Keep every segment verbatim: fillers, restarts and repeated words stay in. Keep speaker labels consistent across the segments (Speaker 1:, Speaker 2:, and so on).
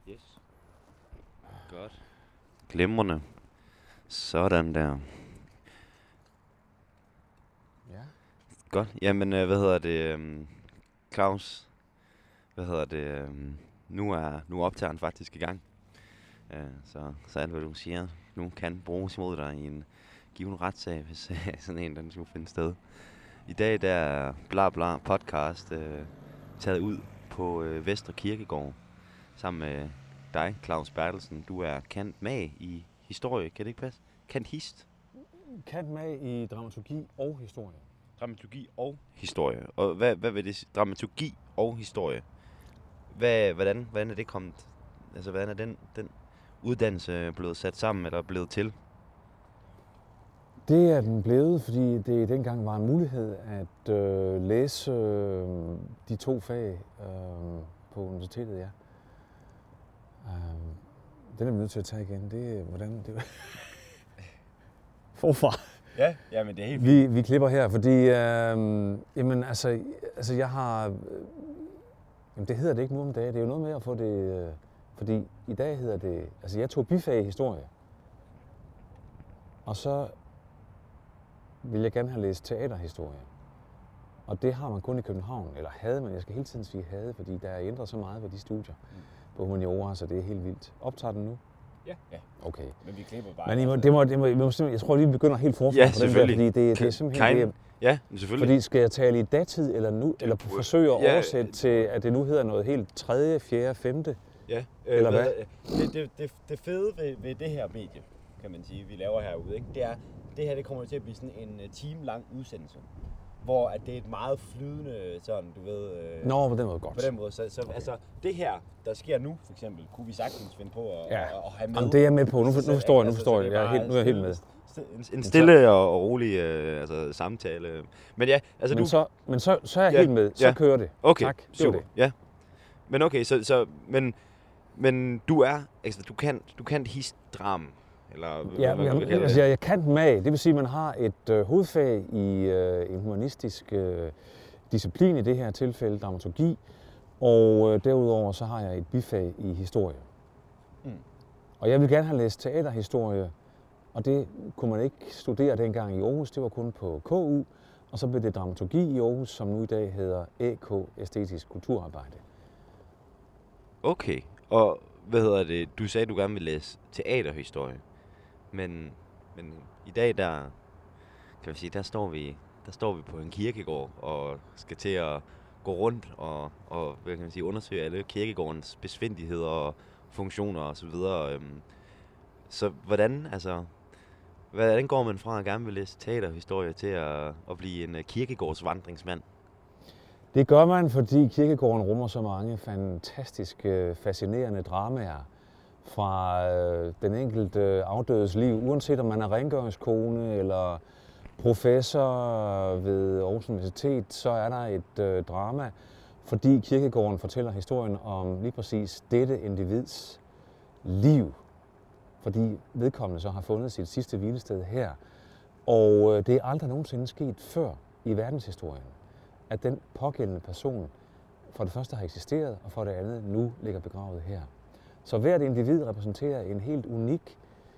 Speaker 1: Yes. Godt. Glimrende. Sådan der.
Speaker 2: Ja.
Speaker 1: Godt. Jamen, øh, hvad hedder det, øhm, Claus? Hvad hedder det? Øhm, nu er nu er optageren faktisk i gang. Øh, så så alt hvad du siger nu kan bruges imod dig i en given retssag, hvis øh, sådan en den skulle finde sted. I dag der er Bla Bla podcast øh, taget ud på øh, Vestre Kirkegård sammen med dig, Claus Bertelsen. Du er kendt med i historie, kan det ikke passe? Kendt hist?
Speaker 2: Kendt med i dramaturgi og historie.
Speaker 1: Dramaturgi og historie. Og hvad, hvad vil det sige? Dramaturgi og historie. Hvad, hvordan, hvordan er det kommet? Altså, hvordan er den, den uddannelse blevet sat sammen eller blevet til?
Speaker 2: Det er den blevet, fordi det dengang var en mulighed at øh, læse øh, de to fag øh, på universitetet, ja. Øh, den er vi nødt til at tage igen. Det er, hvordan det Forfra.
Speaker 1: Ja, ja, men det er helt
Speaker 2: vi, vi klipper her, fordi øh, jamen, altså, altså, jeg har... Øh, jamen, det hedder det ikke nu om dagen. Det er jo noget med at få det... Øh, fordi i dag hedder det... Altså, jeg tog bifag i historie. Og så ville jeg gerne have læst teaterhistorie. Og det har man kun i København, eller havde man. Jeg skal hele tiden sige havde, fordi der er ændret så meget ved de studier mm. på humaniora, så det er helt vildt. Optager den nu?
Speaker 1: Ja. ja.
Speaker 2: Okay.
Speaker 1: Men vi klipper bare.
Speaker 2: Men I må, det må, det må, må jeg tror lige, vi begynder helt forfra
Speaker 1: ja,
Speaker 2: på den der, fordi det, det er simpelthen...
Speaker 1: Det, ja, selvfølgelig.
Speaker 2: Fordi skal jeg tale i datid eller nu, eller forsøge at oversætte ja, til, at det nu hedder noget helt tredje, fjerde, femte?
Speaker 1: Ja.
Speaker 2: Øh, eller hvad?
Speaker 1: Det, det, det, det fede ved, ved det her medie, kan man sige, vi laver herude, ikke? Det er, det her det kommer til at blive sådan en time lang udsendelse, hvor at det er et meget flydende, sådan, du ved... Øh,
Speaker 2: Nå, på den måde godt.
Speaker 1: På den måde, så, så okay. Altså, det her, der sker nu, for eksempel, kunne vi sagtens finde på at,
Speaker 2: ja.
Speaker 1: at, at have med.
Speaker 2: Jamen, det er jeg med på. Nu, nu forstår jeg, nu forstår jeg. Jeg er helt, nu er jeg helt med.
Speaker 1: En, en stille og, og rolig øh, altså, samtale. Men ja, altså
Speaker 2: men
Speaker 1: du...
Speaker 2: Så, men så, så er jeg
Speaker 1: ja,
Speaker 2: helt med. Så
Speaker 1: ja.
Speaker 2: kører det.
Speaker 1: Okay,
Speaker 2: tak. Det
Speaker 1: super.
Speaker 2: Det.
Speaker 1: Ja. Men okay, så... så men, men du er... Altså, du kan, du kan histdram. Eller,
Speaker 2: ja,
Speaker 1: hvad,
Speaker 2: jeg, jeg, altså, jeg kan mag. Det vil sige, at man har et øh, hovedfag i øh, en humanistisk øh, disciplin, i det her tilfælde dramaturgi, og øh, derudover så har jeg et bifag i historie. Mm. Og jeg vil gerne have læst teaterhistorie, og det kunne man ikke studere dengang i Aarhus, det var kun på K U, og så blev det dramaturgi i Aarhus, som nu i dag hedder A K, æstetisk kulturarbejde.
Speaker 1: Okay, og hvad hedder det, du sagde, at du gerne vil læse teaterhistorie. Men, men i dag, der, kan vi sige, der står vi, der står vi på en kirkegård og skal til at gå rundt og, og hvad kan man sige, undersøge alle kirkegårdens besvindeligheder og funktioner og så videre. Så hvordan, altså, hvordan går man fra at gerne vil læse teaterhistorie til at, at blive en kirkegårdsvandringsmand?
Speaker 2: Det gør man, fordi kirkegården rummer så mange fantastiske, fascinerende dramaer fra øh, den enkelte afdødes liv, uanset om man er rengøringskone eller professor ved Aarhus Universitet, så er der et øh, drama, fordi kirkegården fortæller historien om lige præcis dette individs liv, fordi vedkommende så har fundet sit sidste hvilested her. Og øh, det er aldrig nogensinde sket før i verdenshistorien, at den pågældende person for det første har eksisteret, og for det andet nu ligger begravet her. Så hvert individ repræsenterer en helt unik,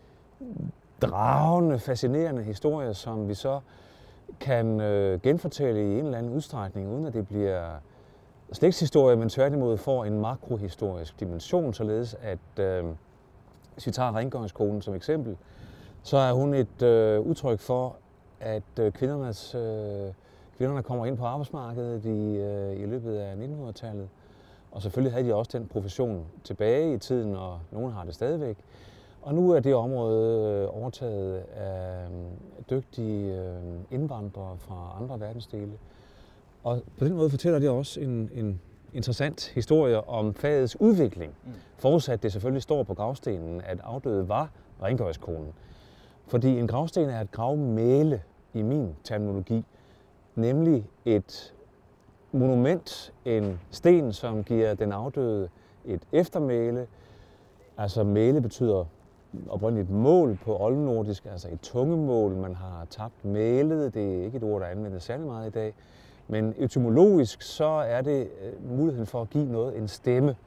Speaker 2: dragende, fascinerende historie, som vi så kan øh, genfortælle i en eller anden udstrækning, uden at det bliver slægtshistorie, men tværtimod får en makrohistorisk dimension, således at, øh, hvis vi tager rengøringskonen som eksempel, så er hun et øh, udtryk for, at øh, kvindernes, øh, kvinderne kommer ind på arbejdsmarkedet i, øh, i løbet af nittenhundredetallet. Og selvfølgelig havde de også den profession tilbage i tiden, og nogen har det stadigvæk. Og nu er det område overtaget af dygtige indvandrere fra andre verdensdele. Og på den måde fortæller det også en, en interessant historie om fagets udvikling. Mm. Forudsat det selvfølgelig står på gravstenen, at afdøde var rengøringskonen. Fordi en gravsten er et gravmæle i min terminologi, nemlig et monument, en sten, som giver den afdøde et eftermæle. Altså mæle betyder oprindeligt mål på oldnordisk, altså et tungemål. Man har tabt mælet, det er ikke et ord, der anvendes særlig meget i dag. Men etymologisk så er det muligheden for at give noget en stemme.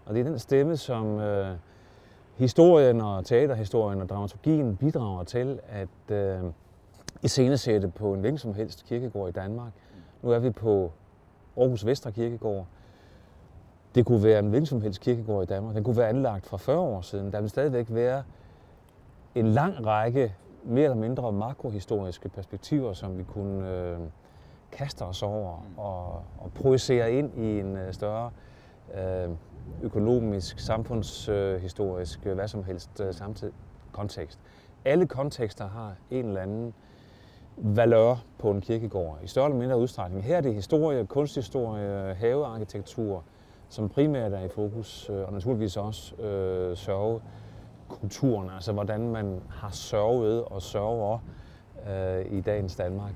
Speaker 2: Og det er den stemme, som øh, historien og teaterhistorien og dramaturgien bidrager til at øh, iscenesætte på en hvilken som helst kirkegård i Danmark. Nu er vi på Aarhus Vestre Kirkegård. Det kunne være en hvilken som helst kirkegård i Danmark. Den kunne være anlagt for fyrre år siden. Der vil stadigvæk være en lang række mere eller mindre makrohistoriske perspektiver, som vi kunne øh, kaste os over og, og projicere ind i en øh, større øh, økonomisk, samfundshistorisk, øh, hvad som helst øh, samtidig kontekst. Alle kontekster har en eller anden valør på en kirkegård, i større eller mindre udstrækning. Her er det historie, kunsthistorie, havearkitektur, som primært er i fokus, og naturligvis også øh, sørgekulturen, altså hvordan man har sørget og sørger øh, i dagens Danmark.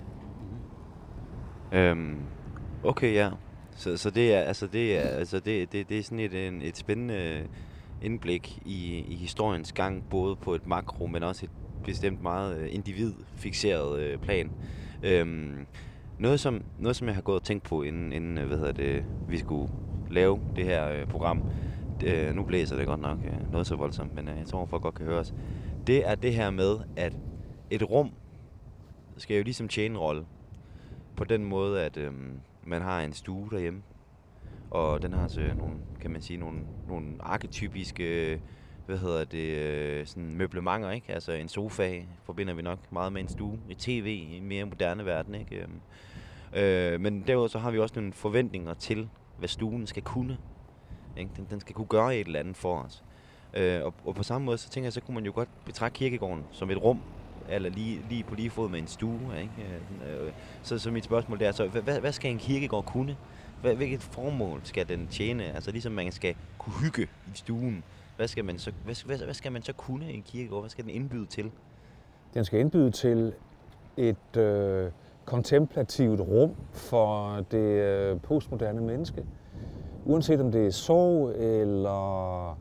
Speaker 1: Øhm, okay, ja. Så, så det er altså det er altså det det det er sådan et en, et spændende indblik i, i historiens gang, både på et makro, men også et bestemt meget individfikseret øh, plan. Øhm, noget som noget som jeg har gået og tænkt på inden inden hvad hedder det vi skulle lave det her øh, program. Det, nu blæser det godt nok øh, noget så voldsomt, men øh, jeg tror folk godt kan høre os. Det er det her med at et rum skal jo ligesom tjene en rolle på den måde at øh, man har en stue derhjemme, og den har så nogle, kan man sige, nogle nogle arketypiske hvad hedder det, øh, sådan møblementer, ikke? Altså en sofa forbinder vi nok meget med en stue, et tv i en mere moderne verden, ikke? Øh, men derudover så har vi også nogle forventninger til, hvad stuen skal kunne, ikke? Den, den skal kunne gøre et eller andet for os. Øh, og, og på samme måde, så tænker jeg, så kunne man jo godt betragte kirkegården som et rum, eller lige, lige på lige fod med en stue, ikke? Øh, så, så mit spørgsmål der er så, hvad, hvad skal en kirkegård kunne? Hvad, hvilket formål skal den tjene? Altså ligesom man skal kunne hygge i stuen. Hvad skal man så, hvad, hvad, hvad skal man så kunne i en kirkegård? Hvad skal den indbyde til?
Speaker 2: Den skal indbyde til et øh, kontemplativt rum for det øh, postmoderne menneske. Uanset om det er sorg eller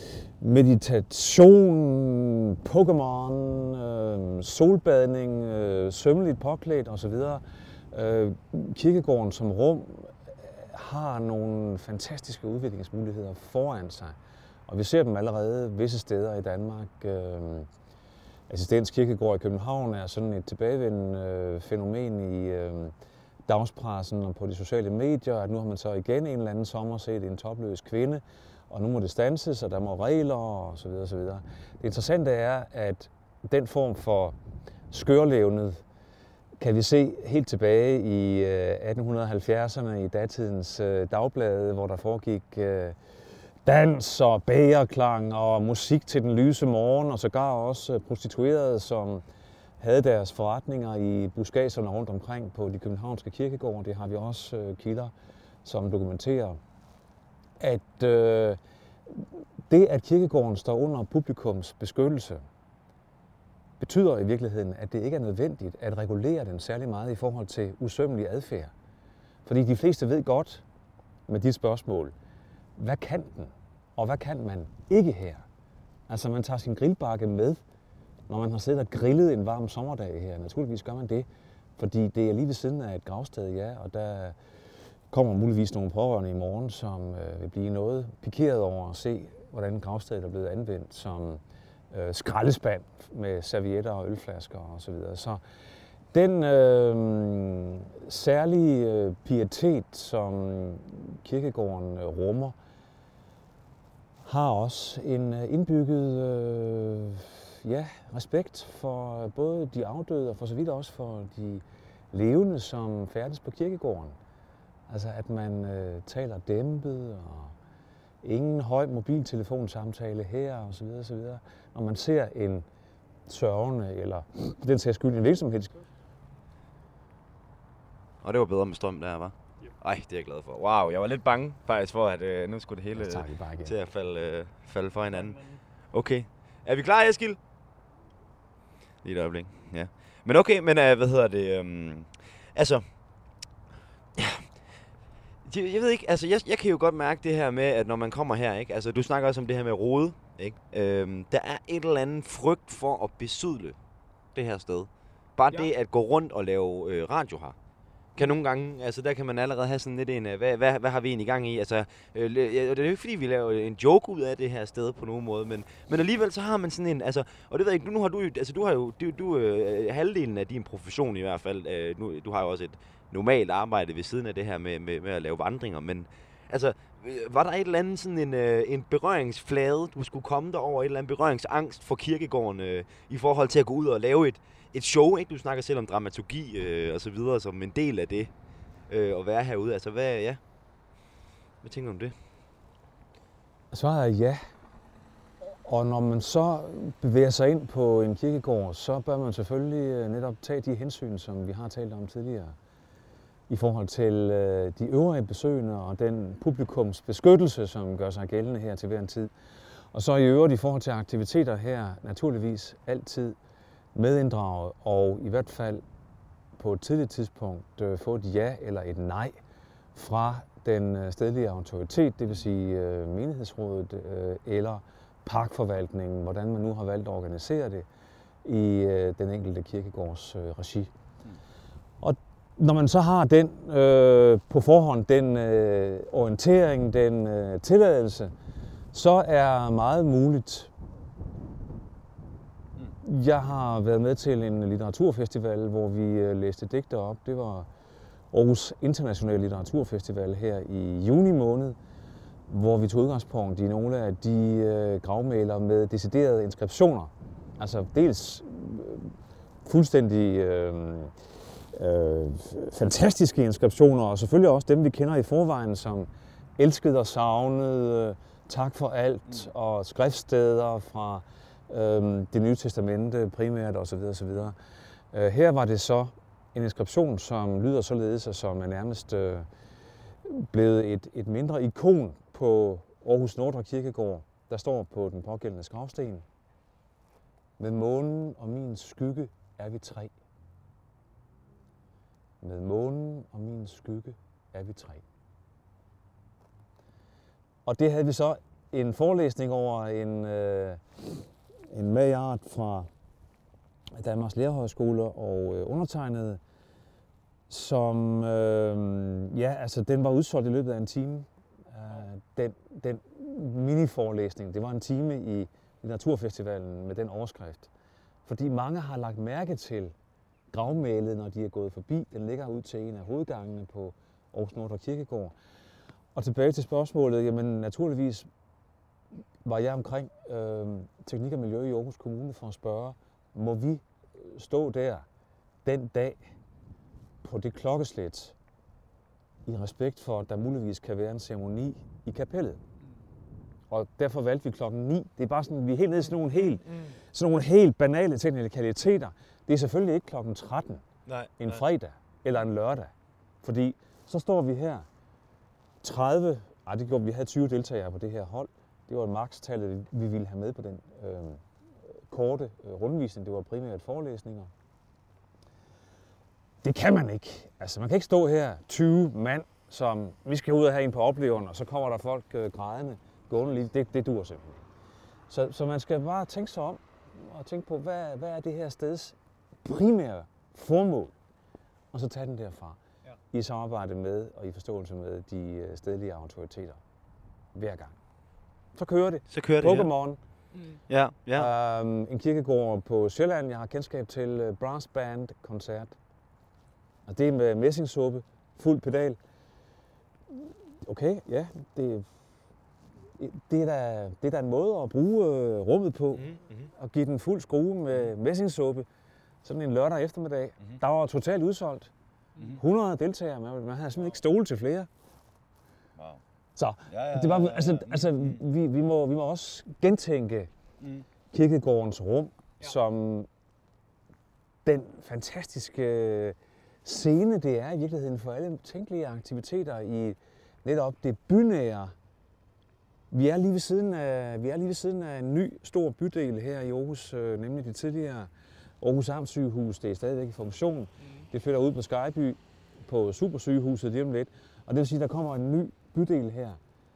Speaker 2: meditation, Pokémon, øh, solbadning, øh, sømmeligt påklædt osv. Øh, kirkegården som rum har nogle fantastiske udviklingsmuligheder foran sig. Og vi ser dem allerede visse steder i Danmark. Øh, Assistens Kirkegård i København er sådan et tilbagevendende øh, fænomen i øh, dagspressen og på de sociale medier, at nu har man så igen en eller anden sommer set en topløs kvinde, og nu må det standses, og der må regler og så videre, så videre. Det interessante er, at den form for skørlevnet kan vi se helt tilbage i øh, atten halvfjerdserne i datidens øh, dagblade, hvor der foregik øh, dans og bægerklang og musik til den lyse morgen, og sågar også prostituerede, som havde deres forretninger i buskadserne rundt omkring på de københavnske kirkegårde. Det har vi også øh, kilder, som dokumenterer, at øh, det, at kirkegården står under publikums beskyttelse, betyder i virkeligheden, at det ikke er nødvendigt at regulere den særlig meget i forhold til usømmelig adfærd. Fordi de fleste ved godt med de spørgsmål, hvad kan den, og hvad kan man ikke her? Altså man tager sin grillbakke med, når man har siddet og grillet en varm sommerdag her. Naturligvis gør man det, fordi det er lige ved siden af et gravsted, ja, og der kommer muligvis nogle pårørende i morgen, som øh, vil blive noget pikeret over at se, hvordan gravstedet er blevet anvendt som øh, skraldespand med servietter og ølflasker osv. Så, videre. Så den øh, særlige øh, pietet, som kirkegården øh, rummer, har også en øh, indbygget øh, ja, respekt for både de afdøde og for så vidt også for de levende, som færdes på kirkegården. Altså at man øh, taler dæmpet og ingen høj mobiltelefonsamtale her og så videre, så videre. Når man ser en sørgende eller den sags skyld en hvilken som helst.
Speaker 1: Og det var bedre med strøm der, var. Ej, det er jeg glad for. Wow, jeg var lidt bange faktisk for, at øh, nu skulle det hele øh, til at falde, øh, falde for hinanden. Okay. Er vi klar, Eskild? Lige et øjeblik, ja. Men okay, men øh, hvad hedder det? Um, altså, ja, jeg ved ikke, altså jeg, jeg kan jo godt mærke det her med, at når man kommer her, ikke? Altså, du snakker også om det her med rode, ikke? Øhm, der er et eller andet frygt for at besudle det her sted. Bare ja. Det at gå rundt og lave øh, radio her. kan nogle gange, altså der kan man allerede have sådan lidt en, hvad, hvad, hvad har vi egentlig i gang i? Altså, øh, det er jo ikke fordi, vi laver en joke ud af det her sted på nogen måde, men, men alligevel så har man sådan en, altså, og det ved jeg ikke, nu har du jo, altså du har jo, du, du øh, halvdelen af din profession i hvert fald, øh, nu, du har jo også et normalt arbejde ved siden af det her med, med, med at lave vandringer, men altså, var der et eller andet sådan en, øh, en berøringsflade, du skulle komme derover, et eller andet berøringsangst for kirkegården øh, i forhold til at gå ud og lave et, et show, ikke? Du snakker selv om dramaturgi øh, og så videre som en del af det, øh, at være herude. Altså, hvad, ja, hvad tænker du om det?
Speaker 2: Svaret er ja. Og når man så bevæger sig ind på en kirkegård, så bør man selvfølgelig netop tage de hensyn, som vi har talt om tidligere, i forhold til øh, de øvrige besøgende og den publikumsbeskyttelse, som gør sig gældende her til hver en tid. Og så i øvrigt i forhold til aktiviteter her, naturligvis altid medinddraget, og i hvert fald på et tidligt tidspunkt øh, få et ja eller et nej fra den stedlige autoritet, det vil sige øh, menighedsrådet øh, eller parkforvaltningen, hvordan man nu har valgt at organisere det i øh, den enkelte kirkegårds øh, regi. Og når man så har den øh, på forhånd, den øh, orientering, den øh, tilladelse, så er meget muligt. Jeg har været med til en litteraturfestival, hvor vi øh, læste digte op. Det var Aarhus Internationale Litteraturfestival her i juni måned, hvor vi tog udgangspunkt i nogle af de øh, gravmæler med deciderede inskriptioner. Altså dels øh, fuldstændig øh, øh, fantastiske inskriptioner, og selvfølgelig også dem, vi kender i forvejen, som elsket og savnet, øh, tak for alt, og skriftsteder fra øh, Det Nye Testamente primært osv. osv. Øh, her var det så en inskription, som lyder således, og som er nærmest øh, blevet et, et mindre ikon på Aarhus Nordre Kirkegård. Der står på den pågældende gravsten: med månen og min skygge er vi tre. Med månen og min skygge er vi tre. Og det havde vi så en forelæsning over en, øh, en magart fra Danmarks Lærerhøjskole og øh, undertegnede, som, øh, ja, altså den var udsolgt i løbet af en time. Uh, den, den mini-forelæsning, det var en time i Litteraturfestivalen med den overskrift. Fordi mange har lagt mærke til gravmælet, når de er gået forbi. Den ligger ud til en af hovedgangene på Aarhus Nordre Kirkegård. Og tilbage til spørgsmålet, jamen naturligvis var jeg omkring øh, teknik og miljø i Aarhus Kommune for at spørge, må vi stå der den dag på det klokkeslæt i respekt for, at der muligvis kan være en ceremoni i kapellet. Og derfor valgte vi klokken ni. Det er bare sådan, vi er helt nede i sådan nogle helt, mm. sådan nogle helt banale teknikaliteter. Det er selvfølgelig ikke klokken tretten
Speaker 3: nej,
Speaker 2: en
Speaker 3: nej.
Speaker 2: fredag eller en lørdag. Fordi så står vi her tredive, ej det gjorde vi, havde tyve deltagere på det her hold. Det var makstallet, vi ville have med på den øh, korte øh, rundvisning. Det var primært forelæsninger. Det kan man ikke. Altså man kan ikke stå her tyve mand, som vi skal ud og have en på opleveren, og så kommer der folk øh, grædende, gående lige. Det, det dur simpelthen. Så, så man skal bare tænke sig om og tænke på, hvad, hvad er det her steds primære formål, og så tage den derfra. Ja. I samarbejde med og i forståelse med de stedlige autoriteter hver gang. Så kører det.
Speaker 1: Så kører det,
Speaker 2: ja. Godmorgen.
Speaker 1: Mm. Ja, ja.
Speaker 2: Um, en kirkegård på Sjælland, jeg har kendskab til uh, brass band koncert. Og det er med messingsuppe, fuld pedal. Okay, ja, det, det, er da, det er da en måde at bruge uh, rummet på. Mm-hmm. Og give den fuld skrue med messingsuppe. Sådan en lørdag eftermiddag. Mm-hmm. Der var totalt udsolgt. Mm-hmm. hundrede deltagere, man, man havde simpelthen ikke stole til flere.
Speaker 3: Wow.
Speaker 2: Så
Speaker 3: ja, ja,
Speaker 2: det var,
Speaker 3: ja, ja, ja.
Speaker 2: altså, altså
Speaker 3: mm.
Speaker 2: vi, vi, må, vi må også gentænke mm. kirkegårdens rum ja. som den fantastiske scene, det er i virkeligheden for alle tænkelige aktiviteter i netop det bynære. Vi er lige ved siden af, vi er lige ved siden af en ny stor bydel her i Aarhus, øh, nemlig det tidligere Aarhus Amtssygehus. Det er stadigvæk i funktion. Mm. Det flytter ud på Skyby på Supersygehuset lige om lidt. Og det vil sige, at der kommer en ny bydel her.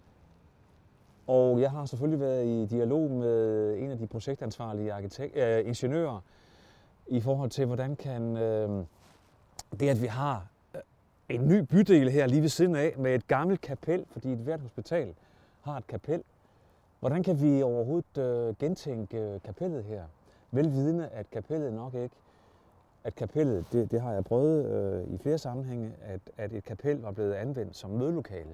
Speaker 2: Og jeg har selvfølgelig været i dialog med en af de projektansvarlige arkitekt, øh, ingeniører i forhold til, hvordan kan øh, det, at vi har en ny bydel her lige ved siden af med et gammelt kapel, fordi et hvert hospital har et kapel. Hvordan kan vi overhovedet øh, gentænke øh, kapellet her? Velvidende, at kapellet nok ikke, at kapellet, det, det har jeg prøvet øh, i flere sammenhænge, at, at et kapel var blevet anvendt som mødelokale.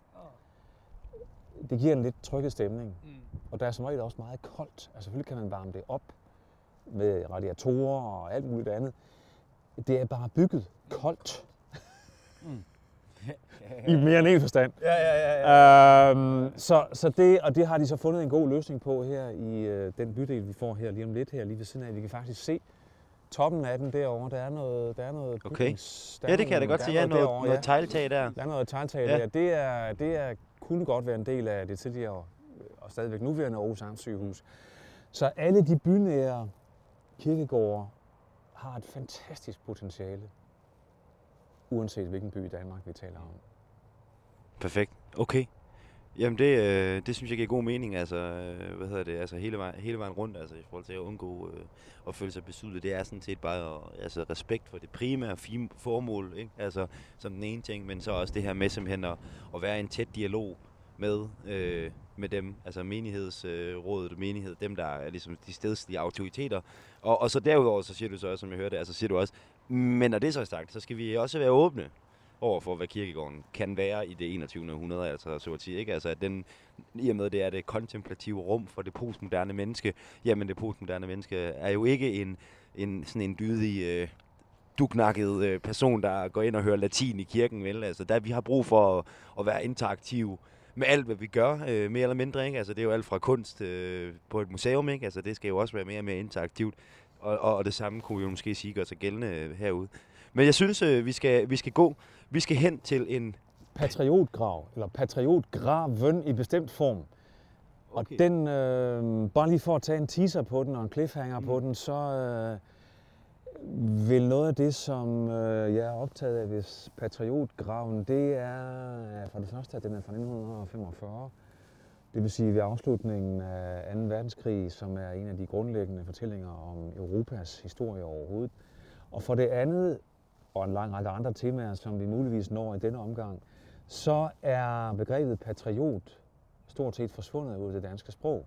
Speaker 2: Det giver en lidt trygget stemning, mm. og der er som regel også meget koldt. Altså selvfølgelig kan man varme det op med radiatorer og alt muligt andet. Det er bare bygget koldt. Mm. I mere end en forstand.
Speaker 1: Ja, ja, ja, ja.
Speaker 2: Øhm, så, så det, og det har de så fundet en god løsning på her i øh, den bydel, vi får her lige om lidt her, lige ved siden af. Vi kan faktisk se toppen af den derovre. Der er noget, der er noget
Speaker 1: okay.
Speaker 2: bygnings... Der
Speaker 1: ja, det kan jeg da godt sige. Ja, noget, noget, noget tegltag der.
Speaker 2: Der er noget tegltag ja. der. Det, er, det er, kunne godt være en del af det tidligere og stadigvæk nuværende Aarhus Amtssygehus. Så alle de bynære kirkegårde har et fantastisk potentiale, uanset hvilken by i Danmark vi taler om.
Speaker 1: Perfekt. Okay. Jamen det, øh, det synes jeg giver god mening, altså, øh, hvad hedder det, altså hele vejen, hele vejen rundt, altså i forhold til at undgå øh, at føle sig besudlet, det er sådan set bare at, altså, respekt for det primære fine formål, ikke? Altså som den ene ting, men så også det her med simpelthen at, at være i en tæt dialog med, øh, med dem, altså menighedsrådet, øh, menighed, dem der er ligesom de stedslige autoriteter, og, og så derudover, så siger du så også, som jeg hørte, altså siger du også, men når det så er sagt, så skal vi også være åbne overfor, hvad kirkegården kan være i det enogtyvende århundrede, altså så at sige, ikke? Altså at den, i og med det er det kontemplative rum for det postmoderne menneske, jamen det postmoderne menneske er jo ikke en, en sådan en dydig, øh, duknakket øh, person, der går ind og hører latin i kirken, vel? Altså der vi har brug for at, at være interaktive med alt, hvad vi gør, øh, mere eller mindre, ikke? Altså det er jo alt fra kunst øh, på et museum, ikke? Altså det skal jo også være mere og mere interaktivt, og, og, og det samme kunne vi jo måske sige gør sig gældende øh, herude. Men jeg synes, øh, vi, skal, vi skal gå, vi skal hen til en
Speaker 2: patriotgrav, eller patriotgraven i bestemt form. Okay. Og den, øh, bare lige for at tage en teaser på den og en cliffhanger mm. på den, så øh, vil noget af det, som øh, jeg er optaget af ved patriotgraven, det er for det første, at den er fra nitten femogfyrre. Det vil sige ved afslutningen af anden verdenskrig, som er en af de grundlæggende fortællinger om Europas historie overhovedet. Og for det andet, og en lang række andre temaer, som vi muligvis når i denne omgang, så er begrebet patriot stort set forsvundet ud af det danske sprog.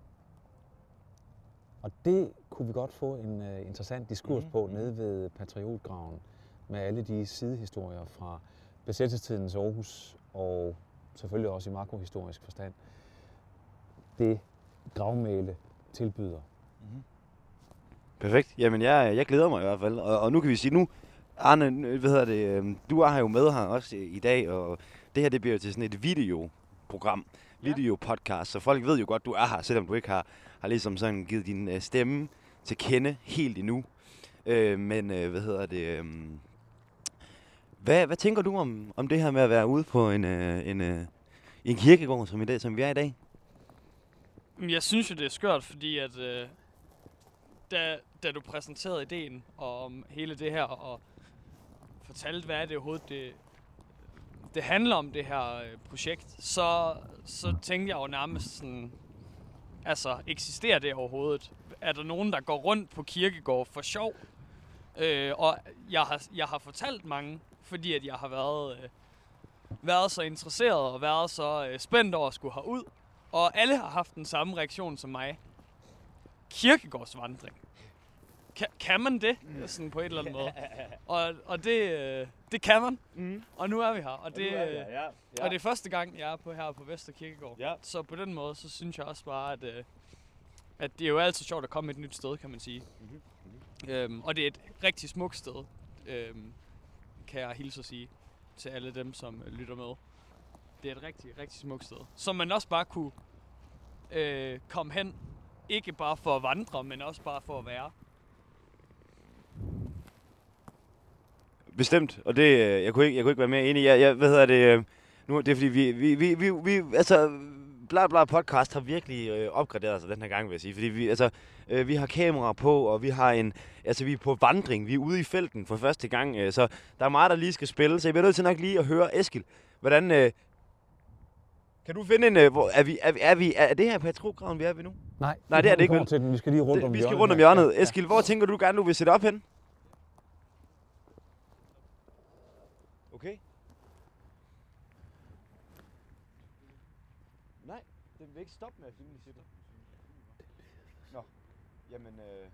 Speaker 2: Og det kunne vi godt få en uh, interessant diskurs på nede ved patriotgraven, med alle de sidehistorier fra besættelsestidens Aarhus, og selvfølgelig også i makrohistorisk forstand, det gravmæle tilbyder. Mm-hmm.
Speaker 1: Perfekt. Jamen, jeg, jeg glæder mig i hvert fald. Og, og nu kan vi sige, nu, Arne, hvad hedder det, du er her jo med her også i dag, og det her, det bliver til sådan et videoprogram, videopodcast, så folk ved jo godt, du er her, selvom du ikke har, har ligesom sådan givet din stemme til kende helt endnu. Øh, men, hvad hedder det, øh, hvad, hvad tænker du om, om det her med at være ude på en, en, en, en kirkegård, som, i dag, som vi er i dag?
Speaker 3: Jeg synes jo, det er skørt, fordi at øh, da, da du præsenterede ideen om hele det her, og fortalte, hvad er det overhovedet, det, det handler om, det her øh, projekt, så, så tænkte jeg jo nærmest sådan, altså, eksisterer det overhovedet? Er der nogen, der går rundt på kirkegård for sjov? Øh, og jeg har, jeg har fortalt mange, fordi at jeg har været, øh, været så interesseret og været så øh, spændt over at skulle herud. Og alle har haft den samme reaktion som mig. Kirkegårdsvandring. Kan, kan man det? Mm. Sådan på et eller andet måde. Og, og det, øh, det kan man. Mm. Og nu er vi her. Og det, og, vi, ja. Ja. og det er første gang, jeg er på her på Vester Kirkegård. Ja. Så på den måde, så synes jeg også bare, at, øh, at det er jo altid sjovt at komme et nyt sted, kan man sige. Mm-hmm. Mm-hmm. Øhm, og det er et rigtig smukt sted, øhm, kan jeg hilse at sige til alle dem, som øh, lytter med. Det er et rigtig, rigtig smukt sted, som man også bare kunne øh, komme hen. Ikke bare for at vandre, men også bare for at være.
Speaker 1: Bestemt, og det, jeg kunne ikke, jeg kunne ikke være mere enig. Jeg, jeg, hvad hedder det, nu det er fordi vi, vi, vi, vi, vi altså, bla bla podcast har virkelig øh, opgraderet sig den her gang, vil jeg sige. Fordi vi, altså, øh, vi har kameraer på, og vi har en, altså vi er på vandring, vi er ude i felten for første gang, øh, så der er meget, der lige skal spille. Så jeg bliver nødt til nok lige at høre Eskil, hvordan, øh, kan du finde en, øh, hvor, er vi, er, er vi, er det her patriotgraven, vi er ved nu?
Speaker 2: Nej,
Speaker 1: Nej, det er det ikke, vel?
Speaker 2: Til den. Vi skal lige rundt
Speaker 1: det,
Speaker 2: om
Speaker 1: vi
Speaker 2: hjørnet.
Speaker 1: Vi skal rundt om hjørnet. Ja, Eskil, hvor tænker du gerne, du vil sætte op hen? Okay. vil ikke stoppe med at filme, siger du? Nå, jamen... Øh...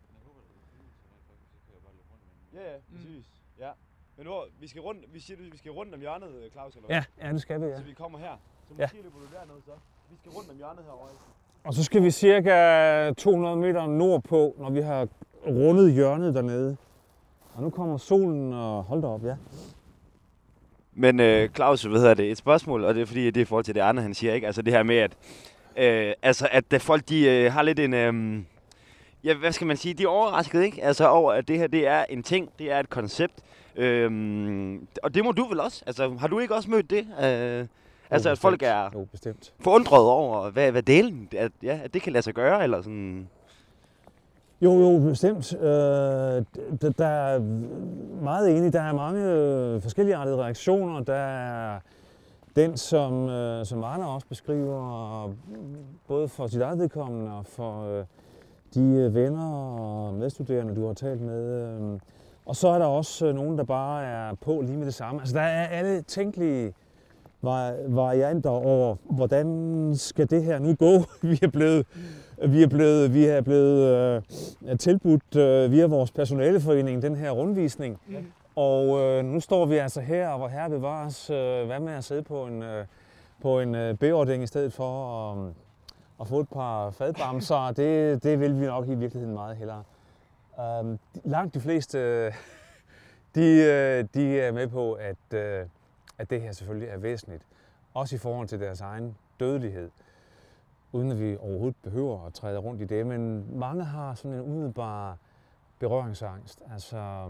Speaker 1: Ja, ja, præcis. Mm. Ja. Men nu, vi skal rundt, vi siger, vi skal rundt om hjørnet, Claus, eller hvad?
Speaker 2: Ja, ja, det skal vi, ja.
Speaker 1: Så vi kommer her. Så måske
Speaker 2: ja.
Speaker 1: løber du dernede så. Vi skal rundt om hjørnet herovre.
Speaker 2: Og så skal vi cirka to hundrede meter nordpå, når vi har rundet hjørnet dernede. Og nu kommer solen, og hold da op, ja.
Speaker 1: Men øh, Claus, hvad hedder det, et spørgsmål, og det er fordi, det er i forhold til det andre, han siger, ikke? Altså det her med, at, øh, altså, at folk, de øh, har lidt en, øh, ja, hvad skal man sige, de er overrasket, ikke? Altså over, at det her, det er en ting, det er et koncept. Øh, og det må du vel også? Altså, har du ikke også mødt det? Øh, altså,
Speaker 2: jo,
Speaker 1: at folk er
Speaker 2: jo, bestemt.
Speaker 1: forundret over, hvad, hvad delen, at, ja, at det kan lade sig gøre, eller sådan...
Speaker 2: Jo, jo, bestemt. Øh, der, der er meget enig. Der er mange øh, forskellige reaktioner. Der er den, som, øh, som Arne også beskriver, både for sit eget vedkommende og for øh, de venner og medstuderende, du har talt med. Øh. Og så er der også øh, nogen, der bare er på lige med det samme. Altså, der er alle tænkelige varianter over, hvordan skal det her nu gå. Vi er blevet, vi er blevet, vi er blevet øh, tilbudt øh, via vores personaleforening den her rundvisning. Mm. Og øh, nu står vi altså her, hvor herre bevares, øh, hvad med at sidde på en, øh, på en øh, B-ordning i stedet for at, at få et par fadbamser. Det, det vil vi nok i virkeligheden meget hellere. Øh, langt de fleste, de, de er med på, at øh, at det her selvfølgelig er væsentligt, også i forhold til deres egen dødelighed, uden at vi overhovedet behøver at træde rundt i det. Men mange har sådan en umiddelbar berøringsangst. Altså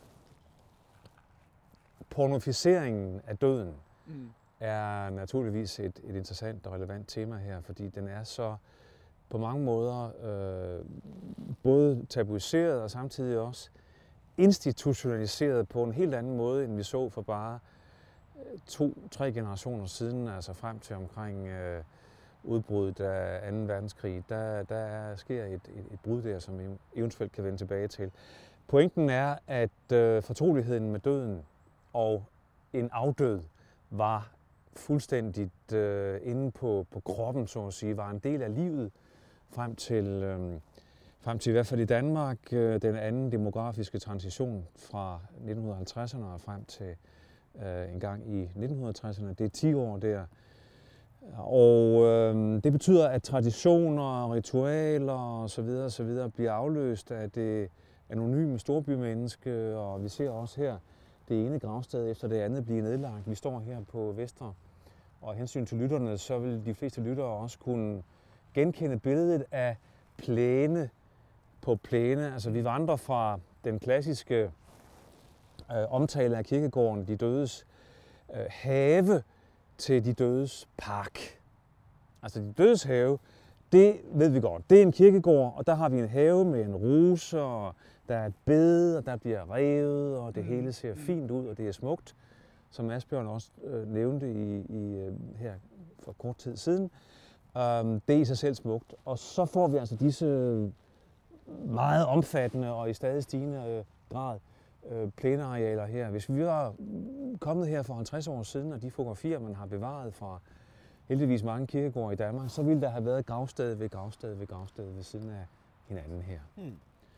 Speaker 2: pornoficeringen af døden mm. er naturligvis et, et interessant og relevant tema her, fordi den er så på mange måder øh, både tabuiseret og samtidig også institutionaliseret på en helt anden måde, end vi så for bare to, tre generationer siden, altså frem til omkring øh, udbruddet af anden verdenskrig, der, der sker et, et, et brud der, som vi eventuelt kan vende tilbage til. Pointen er, at øh, fortroligheden med døden og en afdød var fuldstændigt øh, inde på, på kroppen, så at sige, var en del af livet frem til, øh, frem til i hvert fald i Danmark, øh, den anden demografiske transition fra nitten halvtredserne og frem til Uh, en gang i nitten tresserne. Det er ti år der. Og øh, det betyder, at traditioner, ritualer osv. osv. bliver afløst af det anonyme storbymenneske, og vi ser også her det ene gravsted efter det andet blive nedlagt. Vi står her på Vestre, og af hensyn til lytterne, så vil de fleste lyttere også kunne genkende billedet af plæne på plæne. Altså vi vandrer fra den klassiske Øh, omtale af kirkegården, de dødes øh, have, til de dødes park. Altså de dødes have, det ved vi godt. Det er en kirkegård, og der har vi en have med en rose, og der er et bed, og der bliver revet, og det hele ser fint ud, og det er smukt, som Asbjørn også øh, nævnte i, i, øh, her for kort tid siden. Um, det er i sig selv smukt. Og så får vi altså disse meget omfattende og i stadig stigende øh, grad plænearealer her. Hvis vi var kommet her for halvtreds år siden, og de fotografier, man har bevaret fra heldigvis mange kirkegårde i Danmark, så ville der have været gravsted ved gravsted ved gravsted ved siden af hinanden her. Hmm.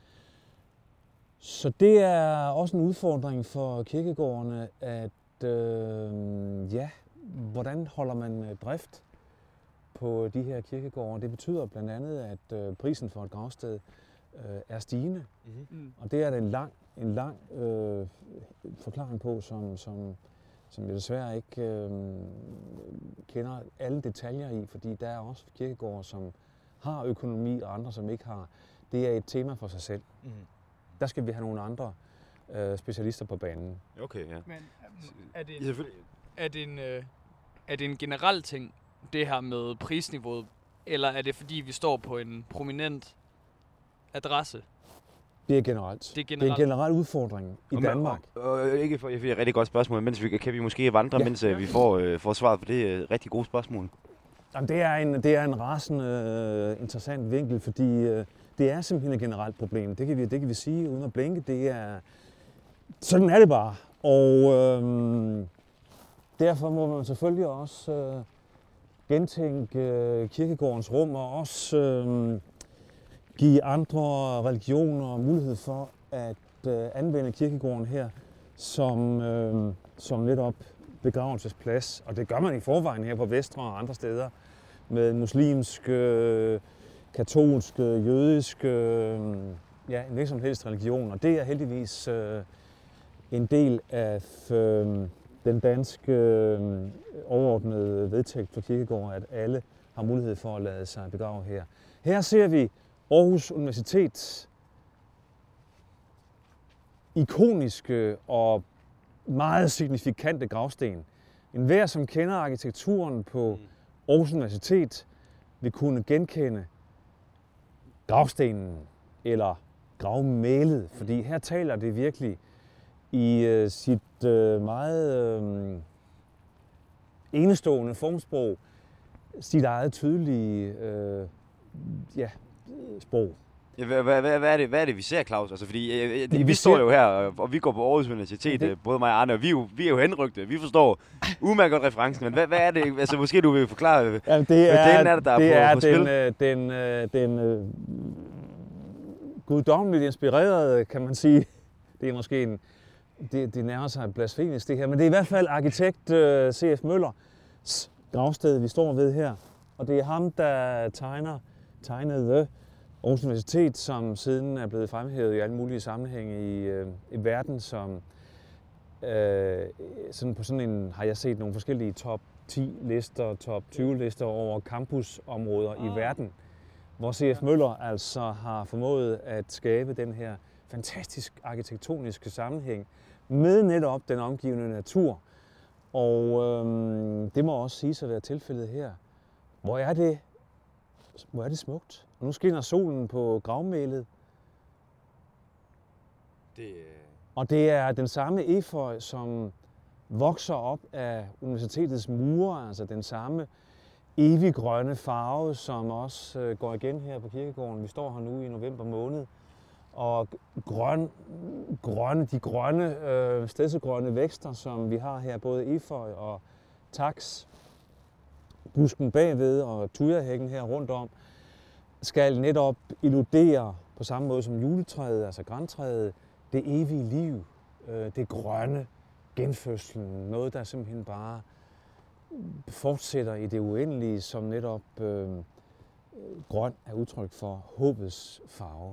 Speaker 2: Så det er også en udfordring for kirkegårdene, at øh, ja, hvordan holder man drift på de her kirkegårde? Det betyder blandt andet, at øh, prisen for et gravsted øh, er stigende, mm-hmm. og det er en lang en lang øh, forklaring på, som, som, som jeg desværre ikke øh, kender alle detaljer i, fordi der er også kirkegårde, som har økonomi, og andre, som ikke har. Det er et tema for sig selv. Mm. Der skal vi have nogle andre øh, specialister på banen.
Speaker 1: Okay, ja.
Speaker 3: Men er det en, er det en, øh, er det en generel ting, det her med prisniveauet, eller er det fordi, vi står på en prominent adresse?
Speaker 2: Det er generelt. Det er, generelt. Det er en generel udfordring i og Danmark.
Speaker 1: Og, og, og ikke for, jeg fik et rigtig godt spørgsmål, mens vi kan vi måske vandre, ja. mens uh, vi får, uh, får svaret på det uh, rigtig gode spørgsmål.
Speaker 2: Jamen, det er en, det er en rasende uh, interessant vinkel, fordi uh, det er simpelthen et generelt problem. Det kan vi, det kan vi sige uden at blinke. Det er, sådan er det bare. Og uh, derfor må man selvfølgelig også uh, gentænke øh, kirkegårdens rum og også øh, give andre religioner mulighed for at øh, anvende kirkegården her som, øh, som netop begravelsesplads. Og det gør man i forvejen her på Vestre og andre steder med muslimsk, øh, katolsk, jødisk, øh, ja, en hvilken som helst religion. Og det er heldigvis øh, en del af øh, den danske øh, overordnede vedtægt for kirkegården, at alle har mulighed for at lade sig begrave her. Her ser vi Aarhus Universitets ikoniske og meget signifikante gravsten. Enhver, som kender arkitekturen på Aarhus Universitet, vil kunne genkende gravstenen eller gravmælet, fordi her taler det virkelig i øh, sit øh, meget øh, enestående formsprog, sit eget tydelige øh, ja, sprog.
Speaker 1: Ja, hvad, hvad, hvad, hvad, er det, hvad er det, vi ser, Claus? Altså, fordi øh,
Speaker 2: vi
Speaker 1: vi, vi står
Speaker 2: ser...
Speaker 1: jo her, og vi går på Aarhus Universitet, det... både mig og Arne, og vi er jo, vi er jo henrygte. Vi forstår udmærket godt referencen, men hvad, hvad er det? Altså, måske du vil forklare,
Speaker 2: Jamen, det
Speaker 1: hvad
Speaker 2: er,
Speaker 1: er det, der
Speaker 2: det
Speaker 1: er på,
Speaker 2: er
Speaker 1: på
Speaker 2: den,
Speaker 1: spil?
Speaker 2: øh, den, øh, den øh, guddommeligt inspirerede, kan man sige. Det er måske en, det, det nærmer sig blasfemisk det her, men det er i hvert fald arkitekt øh, C F Møllers gravsted, vi står ved her. Og det er ham, der tegner, tegnede Aarhus Universitet, som siden er blevet fremhævet i alle mulige sammenhænge i, øh, i verden, som øh, sådan på sådan en, har jeg set nogle forskellige top ti lister, top tyve lister over campusområder ah. i verden, hvor C F Møller altså har formået at skabe den her fantastisk arkitektoniske sammenhæng med netop den omgivende natur. Og øhm, det må også siges at være tilfældet her. Hvor er det, hvor er det smukt. Og nu skinner solen på gravmælet.
Speaker 1: Det...
Speaker 2: Og det er den samme efeu, som vokser op af universitetets mure, altså den samme evig grønne farve, som også øh, går igen her på kirkegården. Vi står her nu i november måned. Og grøn, grønne, de grønne, øh, stedsegrønne vækster, som vi har her, både efeu og taks, busken bagved og tujahækken her rundt om, skal netop illudere på samme måde som juletræet, altså grantræet, det evige liv, øh, det grønne, genfødslen, noget der simpelthen bare fortsætter i det uendelige, som netop øh, grøn er udtryk for håbets farve.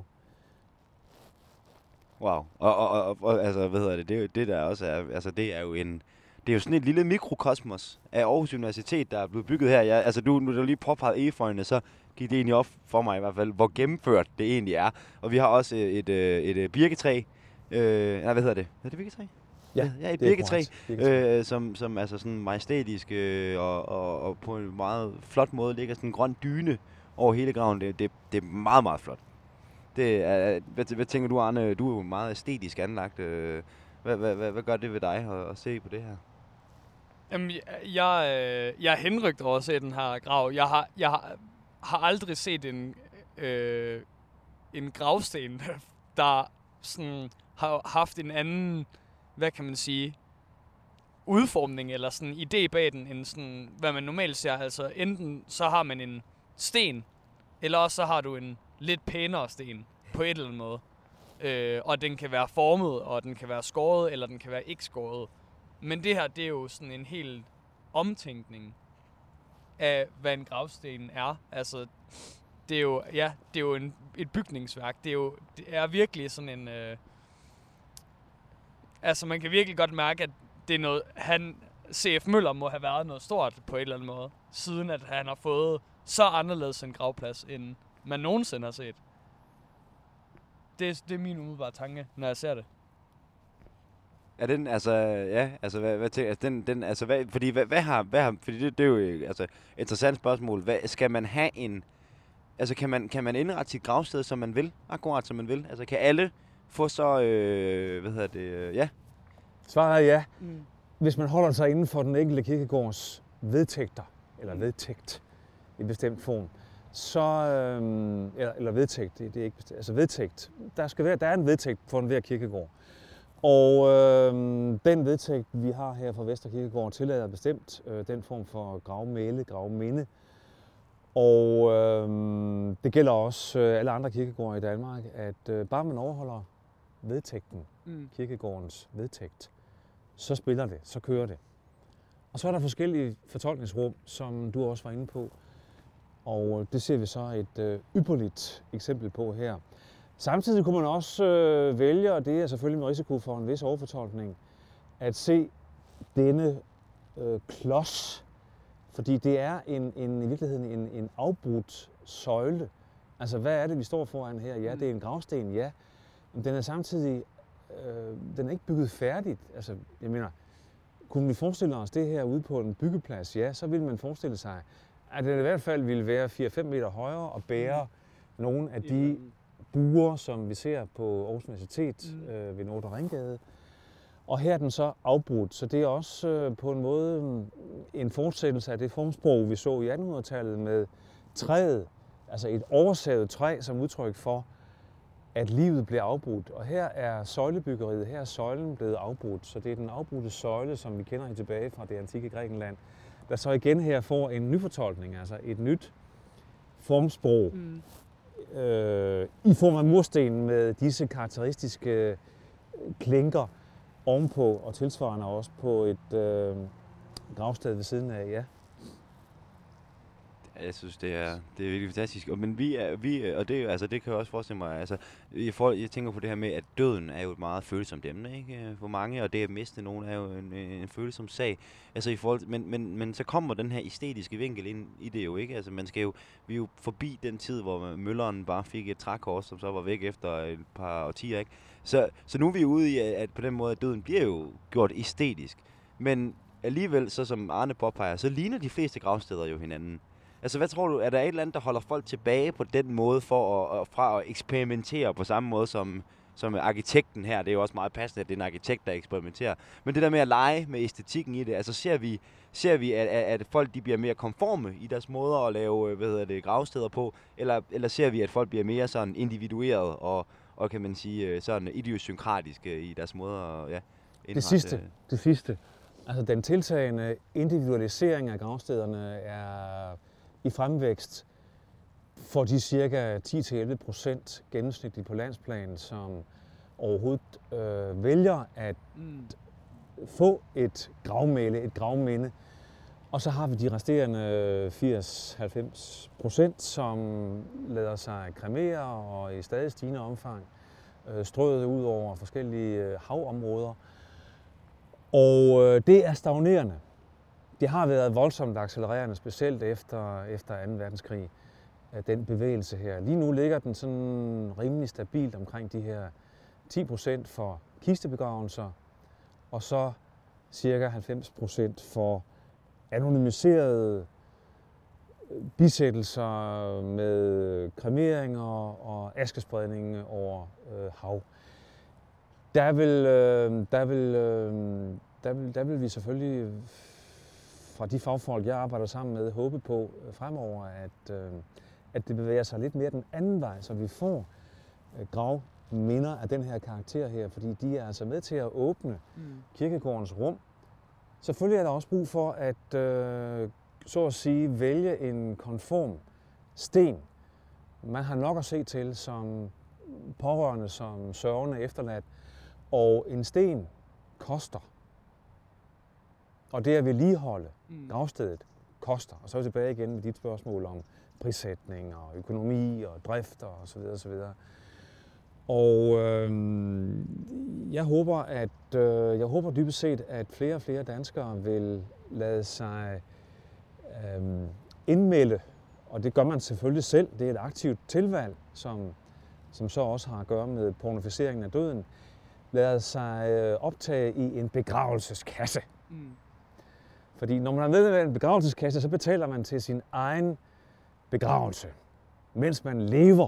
Speaker 1: Wow. Og, og, og, og altså, hvad hedder det, det, er jo, det der også er, altså det er jo en, det er jo sådan et lille mikrokosmos af Aarhus Universitet, der er blevet bygget her. Jeg, altså du, nu du lige påpeget efeuerne, så gik det egentlig op for mig i hvert fald, hvor gennemført det egentlig er. Og vi har også et, et, et, et birketræ, øh, nej, hvad hedder det? Er det birketræ?
Speaker 2: Ja,
Speaker 1: ja, et
Speaker 2: det er
Speaker 1: birketræ,
Speaker 2: birketræ.
Speaker 1: øh, som, som altså sådan majestætisk øh, og, og, og på en meget flot måde ligger sådan en grøn dyne over hele graven. Det, det, det er meget, meget flot. Det er, hvad, hvad tænker du, Arne? Du er jo meget æstetisk anlagt. Hvad, hvad, hvad, hvad gør det ved dig at, at se på det her?
Speaker 3: Jamen, jeg, jeg er henrygt over at se den her grav. Jeg har, jeg har, har aldrig set en, øh, en gravsten, der sådan har haft en anden, hvad kan man sige, udformning eller sådan idé bag den, end sådan, hvad man normalt ser. Altså enten så har man en sten, eller også så har du en lidt pænere sten på et eller andet måde. Øh, og den kan være formet, og den kan være skåret, eller den kan være ikke skåret. Men det her, det er jo sådan en helt omtænkning af, hvad en gravsten er. Altså, det er jo, ja, det er jo en, et bygningsværk. Det er jo, det er virkelig sådan en, øh, altså man kan virkelig godt mærke, at det er noget, han, C F Møller må have været noget stort på et eller andet måde, siden at han har fået så anderledes en gravplads, end man nogensinde har set. Det, det er min umiddelbare tanke, når jeg ser det.
Speaker 1: Er den, altså, ja, altså, hvad, hvad tænker, altså, den, den, altså, hvad, fordi, hvad, hvad har, hvad har, fordi det, det er jo, altså, et interessant spørgsmål. Hvad, skal man have en, altså, kan man, kan man indrette sit gravsted, som man vil, akkurat som man vil? Altså, kan alle få så, øh, hvad hedder det, øh, ja?
Speaker 2: Svaret er ja. Mm. Hvis man holder sig inden for den enkelte kirkegårds vedtægter, eller vedtægt i bestemt form, så, øh, eller, eller vedtægt, det, det er ikke bestemt, altså vedtægt, der skal være, der er en vedtægt for enhver kirkegård. Og øh, den vedtægt, vi har her fra Vestre Kirkegård, tillader bestemt øh, den form for gravmæle, gravminde. Og øh, det gælder også øh, alle andre kirkegårde i Danmark, at øh, bare man overholder vedtægten, mm. kirkegårdens vedtægt, så spiller det, så kører det. Og så er der forskellige fortolkningsrum, som du også var inde på. Og det ser vi så et øh, ypperligt eksempel på her. Samtidig kunne man også øh, vælge, og det er selvfølgelig med risiko for en vis overfortolkning, at se denne øh, klods, fordi det er en, en, i virkeligheden en, en afbrudt søjle. Altså, hvad er det, vi står foran her? Ja, det er en gravsten, ja. Men den er samtidig, øh, den er ikke bygget færdigt. Altså, jeg mener, kunne vi forestille os det her ude på en byggeplads? Ja, så ville man forestille sig, at det i hvert fald ville være fire fem meter højere og bære mm. nogle af de buer, som vi ser på Aarhus Universitet mm. øh, ved Nordre Ringgade. Og her er den så afbrudt, så det er også øh, på en måde en fortsættelse af det formsprog, vi så i attenhundredetallet med træet, altså et oversavet træ som udtryk for, at livet bliver afbrudt. Og her er søjlebyggeriet, her er søjlen blevet afbrudt, så det er den afbrudte søjle, som vi kender tilbage fra det antikke Grækenland, der så igen her får en nyfortolkning, altså et nyt formsprog mm. øh, i form af mursten med disse karakteristiske klinker ovenpå, og tilsvarende også på et øh, gravsted ved siden af, ja.
Speaker 1: Jeg synes, det er, det er virkelig fantastisk. Og, men vi er, vi, og det, altså, det kan jeg også forestille mig, altså, jeg, får, jeg tænker på det her med, at døden er jo et meget følsomt emne, ikke? For mange, og det at miste nogen er jo en, en følsom sag. Altså, i forhold, men, men, men så kommer den her æstetiske vinkel ind i det jo, ikke? Altså, man skal jo, vi er jo forbi den tid, hvor mølleren bare fik et trækors, som så var væk efter et par årtier, ikke? Så, så nu er vi ude i, at på den måde, at døden bliver jo gjort æstetisk. Men alligevel, så som Arne påpeger, så ligner de fleste gravsteder jo hinanden. Altså, hvad tror du, er der et eller andet, der holder folk tilbage på den måde for at, fra at eksperimentere på samme måde som, som arkitekten her? Det er jo også meget passende, at det er en arkitekt, der eksperimenterer. Men det der med at lege med æstetikken i det, altså ser vi, ser vi at, at folk de bliver mere konforme i deres måder at lave, hvad hedder det, gravsteder på, eller, eller ser vi, at folk bliver mere sådan individueret og, og kan man sige, sådan idiosynkratiske i deres måder at ja, indrette?
Speaker 2: Det sidste, det sidste. Altså, den tiltagende individualisering af gravstederne er i fremvækst for de cirka ti til elleve procent gennemsnitligt på landsplan, som overhovedet øh, vælger at mm. få et gravmæle, et gravminde. Og så har vi de resterende firs til halvfems procent, som lader sig kremere og i stadig stigende omfang øh, strøget ud over forskellige øh, havområder. Og øh, det er stagnerende. Det har været voldsomt accelererende, specielt efter, efter anden verdenskrig, den bevægelse her. Lige nu ligger den sådan rimelig stabilt omkring de her ti procent for kistebegravelser, og så cirka halvfems procent for anonymiserede bisættelser med kremeringer og askespredning over øh, hav. Der vil, øh, der, vil, øh, der, vil, der vil vi selvfølgelig fra de fagfolk, jeg arbejder sammen med, håbe på fremover, at, øh, at det bevæger sig lidt mere den anden vej, så vi får øh, gravminder af den her karakter her, fordi de er altså med til at åbne mm. kirkegårdens rum. Selvfølgelig er der også brug for at, øh, så at sige, vælge en konform sten. Man har nok at se til som pårørende, som sørgende efterladt, og en sten koster. Og det at vedligeholde mm. gravstedet koster. Og så er vi tilbage igen med dit spørgsmål om prissætning og økonomi og drift og så videre, så videre. Og øh, jeg håber, at øh, jeg håber dybest set, at flere og flere danskere vil lade sig øh, indmelde, og det gør man selvfølgelig selv. Det er et aktivt tilvalg, som, som så også har at gøre med pornoficeringen af døden. Lade sig øh, optage i en begravelseskasse. Mm. Fordi når man er med i en begravelseskasse, så betaler man til sin egen begravelse, mens man lever.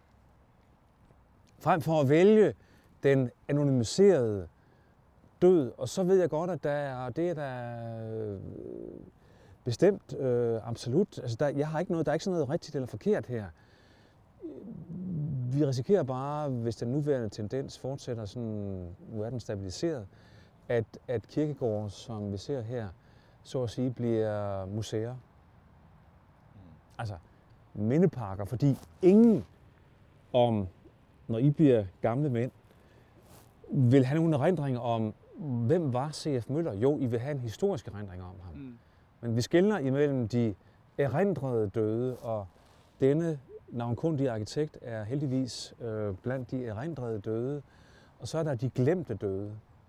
Speaker 2: Frem for at vælge den anonymiserede død. Og så ved jeg godt, at der er, det er der bestemt øh, absolut. Altså der, jeg har ikke noget, der er ikke sådan noget rigtigt eller forkert her. vi risikerer bare, hvis den nuværende tendens fortsætter, sådan, nu er den stabiliseret, at, at kirkegårde, som vi ser her, så at sige, bliver museer. Mm. Altså mindeparker, fordi ingen om, når I bliver gamle mænd, vil have nogle erindringer om, hvem var C F Møller? Jo, I vil have en historisk erindring om ham. Mm. Men vi skelner imellem de erindrede døde, og denne navnkundige arkitekt er heldigvis øh, blandt de erindrede døde. Og så er der de glemte døde.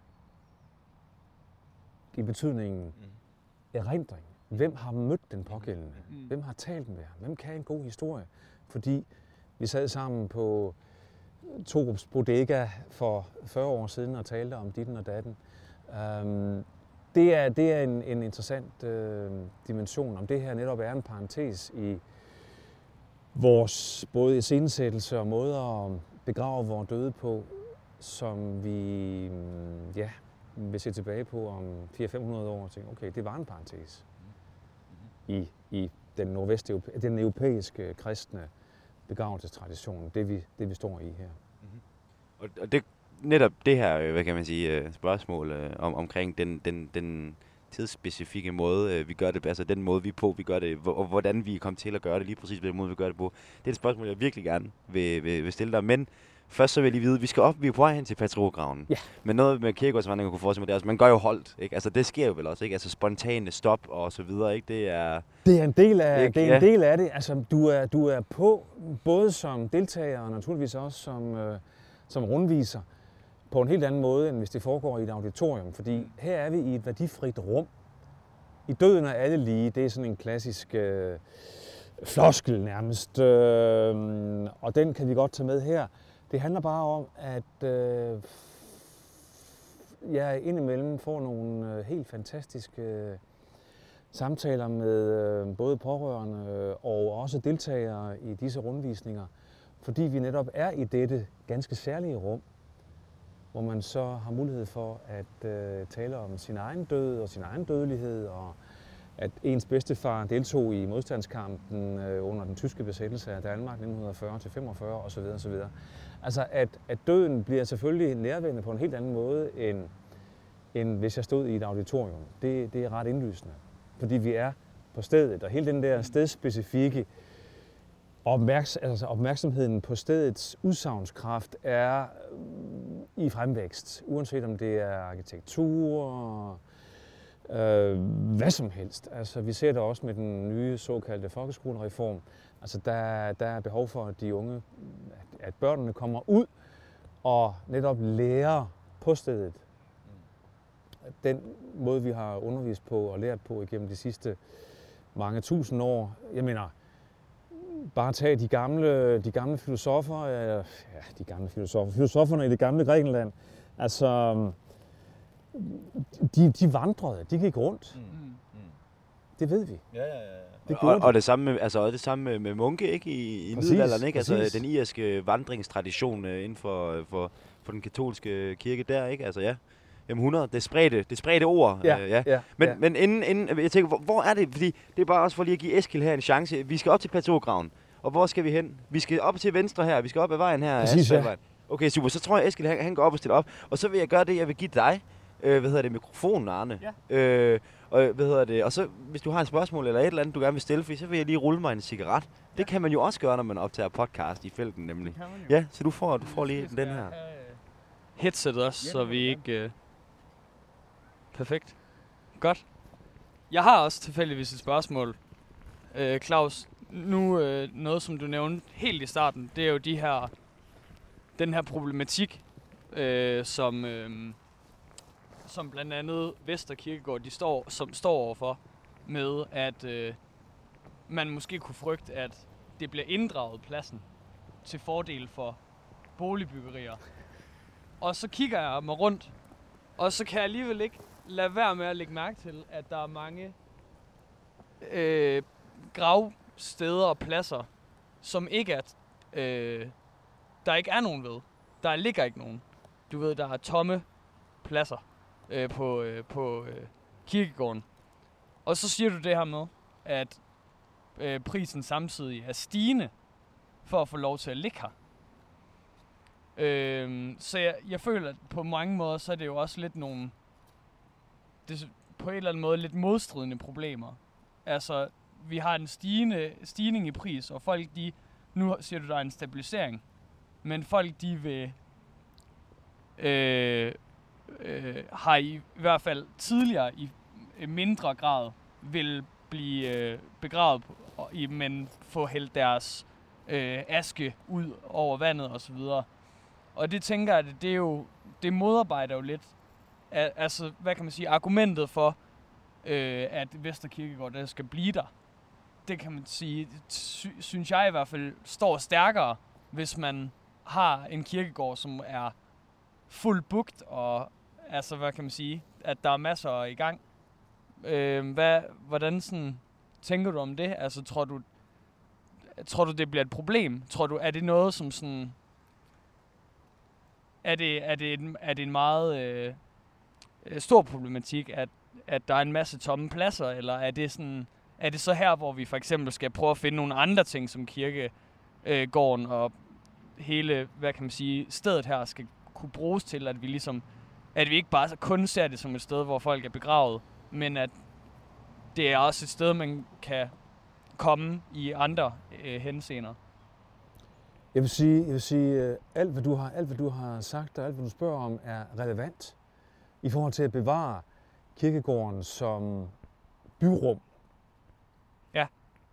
Speaker 2: I betydningen mm. erindring. Hvem har mødt den pågældende? Mm. Hvem har talt med ham? Hvem kan en god historie? Fordi vi sad sammen på Torups Bodega for fyrre år siden og talte om ditten og datten. Um, det er, det er en, en interessant øh, dimension, om det her netop er en parentes i vores både iscenesættelse og måder at begrave vores døde på, som vi ja, vil se tilbage på om fire hundrede til fem hundrede år og tænke, okay, det var en parentes i, i den, nordvesteuropæ- den europæiske kristne begravelsestradition, det vi, det vi står i her.
Speaker 1: Mm-hmm. Og det netop det her, hvad kan man sige, spørgsmål om, omkring den, den, den tidsspecifikke måde, vi gør det, altså den måde, vi på, vi gør det, og hvordan vi kom til at gøre det, lige præcis på den måde, vi gør det på. Det er et spørgsmål, jeg virkelig gerne vil, vil, vil stille dig, men først så vil jeg lige vide, vi skal op, vi er på vej hen til Patriograven. Ja. Men noget med kirkegårdsvandring, kunne forestille mig, det er, altså, man gør jo holdt, ikke? Altså det sker jo vel også, ikke? Altså spontane stop og så videre, ikke? Det er...
Speaker 2: Det er en del af, ikke? Det er en del af det. Altså du er, du er på, både som deltager og naturligvis også som, øh, som rundviser, på en helt anden måde, end hvis det foregår i et auditorium. Fordi her er vi i et værdifrit rum. I døden er alle lige. Det er sådan en klassisk øh, floskel nærmest. Øh, og den kan vi godt tage med her. Det handler bare om, at øh, jeg indimellem får nogle øh, helt fantastiske øh, samtaler med øh, både pårørende og også deltagere i disse rundvisninger. Fordi vi netop er i dette ganske særlige rum, hvor man så har mulighed for at øh, tale om sin egen død og sin egen dødelighed, og at ens bedstefar deltog i modstandskampen øh, under den tyske besættelse af Danmark nitten fyrre til femogfyrre osv. osv. Altså at, at døden bliver selvfølgelig nærværende på en helt anden måde, end, end hvis jeg stod i et auditorium. Det, det er ret indlysende, fordi vi er på stedet, og hele den der stedspecifikke Opmærks- altså opmærksomheden på stedets udsagnskraft er i fremvækst, uanset om det er arkitektur, øh, hvad som helst. Altså, vi ser det også med den nye såkaldte folkeskolereform. Altså, der, der er behov for, at de unge, at børnene kommer ud og netop lærer på stedet. Den måde, vi har undervist på og lært på igennem de sidste mange tusind år, jeg mener, bare tage de gamle, de gamle filosofer, ja, de gamle filosofer, filosoferne i det gamle Grækenland, altså, de, de vandrede, de gik rundt. Mm. Mm. Det ved vi.
Speaker 1: Ja, ja, ja. Det og, og det samme med, altså, det samme med, med munke, ikke, i, i middelalderen, ikke? Altså den irske vandringstradition uh, inden for, for, for den katolske kirke der, ikke? Altså ja. Jamen hundrede, det spredte, det spredte ord.
Speaker 2: Ja, øh, ja. ja,
Speaker 1: men,
Speaker 2: ja.
Speaker 1: men inden, inden, jeg tænker, hvor, hvor er det? Fordi det er bare også for lige at give Eskil her en chance. Vi skal op til Patriograven. Og hvor skal vi hen? Vi skal op til venstre her. Vi skal op ad vejen her.
Speaker 2: Præcis, ja.
Speaker 1: Okay, super. Så tror jeg, Eskil han, han går op og stiller op. Og så vil jeg gøre det, jeg vil give dig. Øh, hvad hedder det? Mikrofonen, Arne. Ja. Øh, og hvad hedder det? Og så, hvis du har et spørgsmål eller et eller andet, du gerne vil stille, for så vil jeg lige rulle mig en cigaret. Ja. Det kan man jo også gøre, når man optager podcast i felten, nemlig. Ja, så du får, du får lige den her.
Speaker 3: Headset også, så vi ikke... Øh... Perfekt. Godt. Jeg har også tilfældigvis et spørgsmål. Øh, Claus, nu øh, noget, som du nævnte helt i starten, det er jo de her, den her problematik, øh, som, øh, som blandt andet Vester Kirkegård, de står, som står overfor, med at øh, man måske kunne frygte, at det bliver inddraget pladsen til fordel for boligbyggerier. Og så kigger jeg mig rundt, og så kan jeg alligevel ikke lade være med at lægge mærke til, at der er mange øh, gravsteder og pladser, som ikke er, øh, der ikke er nogen ved. Der ligger ikke nogen. Du ved, der er tomme pladser øh, på, øh, på øh, kirkegården. Og så siger du det her med, at øh, prisen samtidig er stigende for at få lov til at ligge her. Øh, så jeg, jeg føler, at på mange måder, så er det jo også lidt nogle, det, på en eller anden måde, lidt modstridende problemer. Altså, vi har en stigende, stigning i pris, og folk, de, nu siger du, der er en stabilisering, men folk, de vil, øh, øh, har i, i hvert fald tidligere i mindre grad vil blive øh, begravet, på, i, men få hældt deres øh, aske ud over vandet og så videre. Og det tænker jeg, det er jo, det modarbejder jo lidt, al, altså, hvad kan man sige, argumentet for, øh, at Vestre Kirkegård, der skal blive der. Det kan man sige, sy- synes jeg i hvert fald, står stærkere, hvis man har en kirkegård, som er fuldt booket, og altså, hvad kan man sige, at der er masser i gang. Øh, hvad, hvordan sådan, tænker du om det? Altså, tror du, tror du, det bliver et problem? Tror du, er det noget, som sådan, er det, er det, en, er det en meget øh, stor problematik, at, at der er en masse tomme pladser, eller er det sådan, er det så her, hvor vi for eksempel skal prøve at finde nogle andre ting, som kirkegården og hele, hvad kan man sige, stedet her skal kunne bruges til, at vi ligesom, at vi ikke bare kun ser det som et sted, hvor folk er begravet, men at det er også et sted, man kan komme i andre øh, henseender.
Speaker 2: Jeg vil sige, jeg vil sige alt, hvad du har, alt, hvad du har sagt, og alt, hvad du spørger om, er relevant i forhold til at bevare kirkegården som byrum.
Speaker 3: Ja.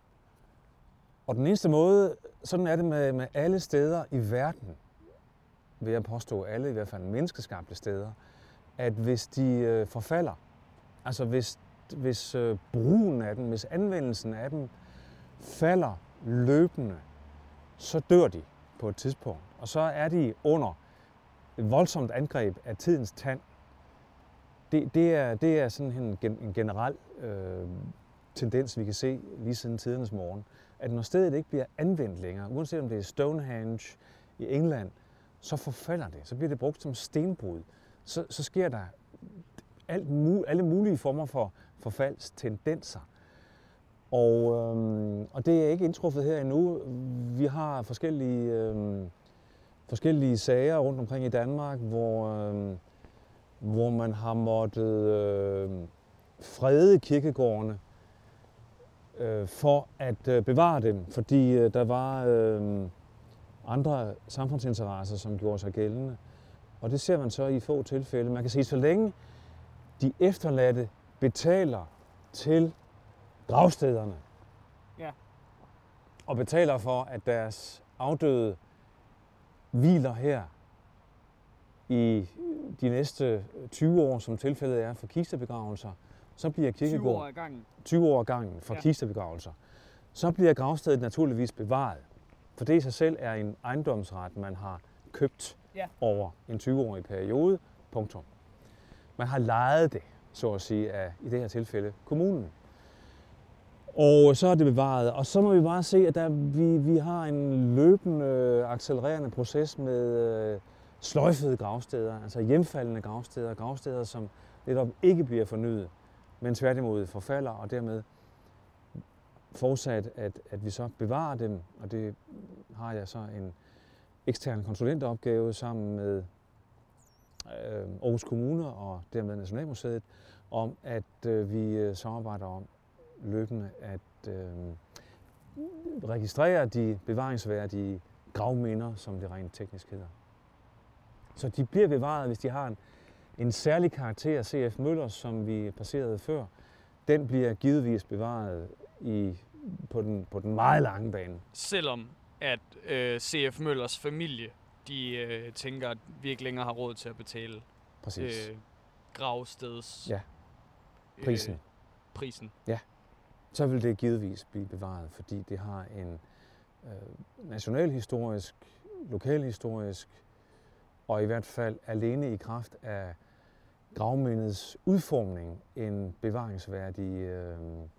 Speaker 2: Og den eneste måde, sådan er det med, med alle steder i verden, vil jeg påstå, alle i hvert fald menneskeskabte steder, at hvis de øh, forfalder, altså hvis, hvis øh, brugen af dem, hvis anvendelsen af dem falder løbende, så dør de på et tidspunkt. Og så er de under et voldsomt angreb af tidens tand. Det, det, er, det er sådan en, en generel øh, tendens, vi kan se lige siden tidernes morgen, at når stedet ikke bliver anvendt længere, uanset om det er Stonehenge i England, så forfalder det. Så bliver det brugt som stenbrud. Så, så sker der alt, alle mulige former for forfaldstendenser. Og, øhm, og det er ikke indtruffet her endnu. Vi har forskellige, øhm, forskellige sager rundt omkring i Danmark, hvor, øhm, hvor man har måttet øhm, frede kirkegårdene øh, for at øh, bevare dem, fordi øh, der var øh, andre samfundsinteresser, som gjorde sig gældende. Og det ser man så i få tilfælde. Man kan sige, så længe de efterladte betaler til gravstederne,
Speaker 3: ja,
Speaker 2: og betaler for, at deres afdøde hviler her i de næste tyve år, som tilfældet er for kistebegravelser, så bliver kirkegården
Speaker 3: tyve år ad gangen.
Speaker 2: tyve år ad gangen for
Speaker 3: ja.
Speaker 2: kistebegravelser. Så bliver gravstedet naturligvis bevaret, for det i sig selv er en ejendomsret, man har købt
Speaker 3: ja.
Speaker 2: over en tyve-årig periode. Punktum. Man har lejet det, så at sige, af, i det her tilfælde, kommunen. Og så er det bevaret. Og så må vi bare se, at der, vi, vi har en løbende, accelererende proces med øh, sløjfede gravsteder, altså hjemfaldende gravsteder, gravsteder, som netop ikke bliver fornyet, men tværtimod forfalder, og dermed forudsat, at, at vi så bevarer dem, og det har jeg så en ekstern konsulentopgave sammen med øh, Aarhus Kommune og dermed Nationalmuseet, om at øh, vi samarbejder om løbende at øh, registrere de bevaringsværdige gravminder, som det rent teknisk hedder. Så de bliver bevaret, hvis de har en, en særlig karakter. C F Møller, som vi passerede før, den bliver givetvis bevaret i, på, den, på den meget lange bane.
Speaker 3: Selvom at øh, C F Møllers familie, de øh, tænker, at vi ikke længere har råd til at betale
Speaker 2: Præcis.
Speaker 3: Øh, gravsteds
Speaker 2: ja. Prisen.
Speaker 3: Øh, prisen.
Speaker 2: Ja. Så vil det givetvis blive bevaret, fordi det har en øh, nationalhistorisk, lokalhistorisk og i hvert fald alene i kraft af gravmindets udformning en bevaringsværdig, øh,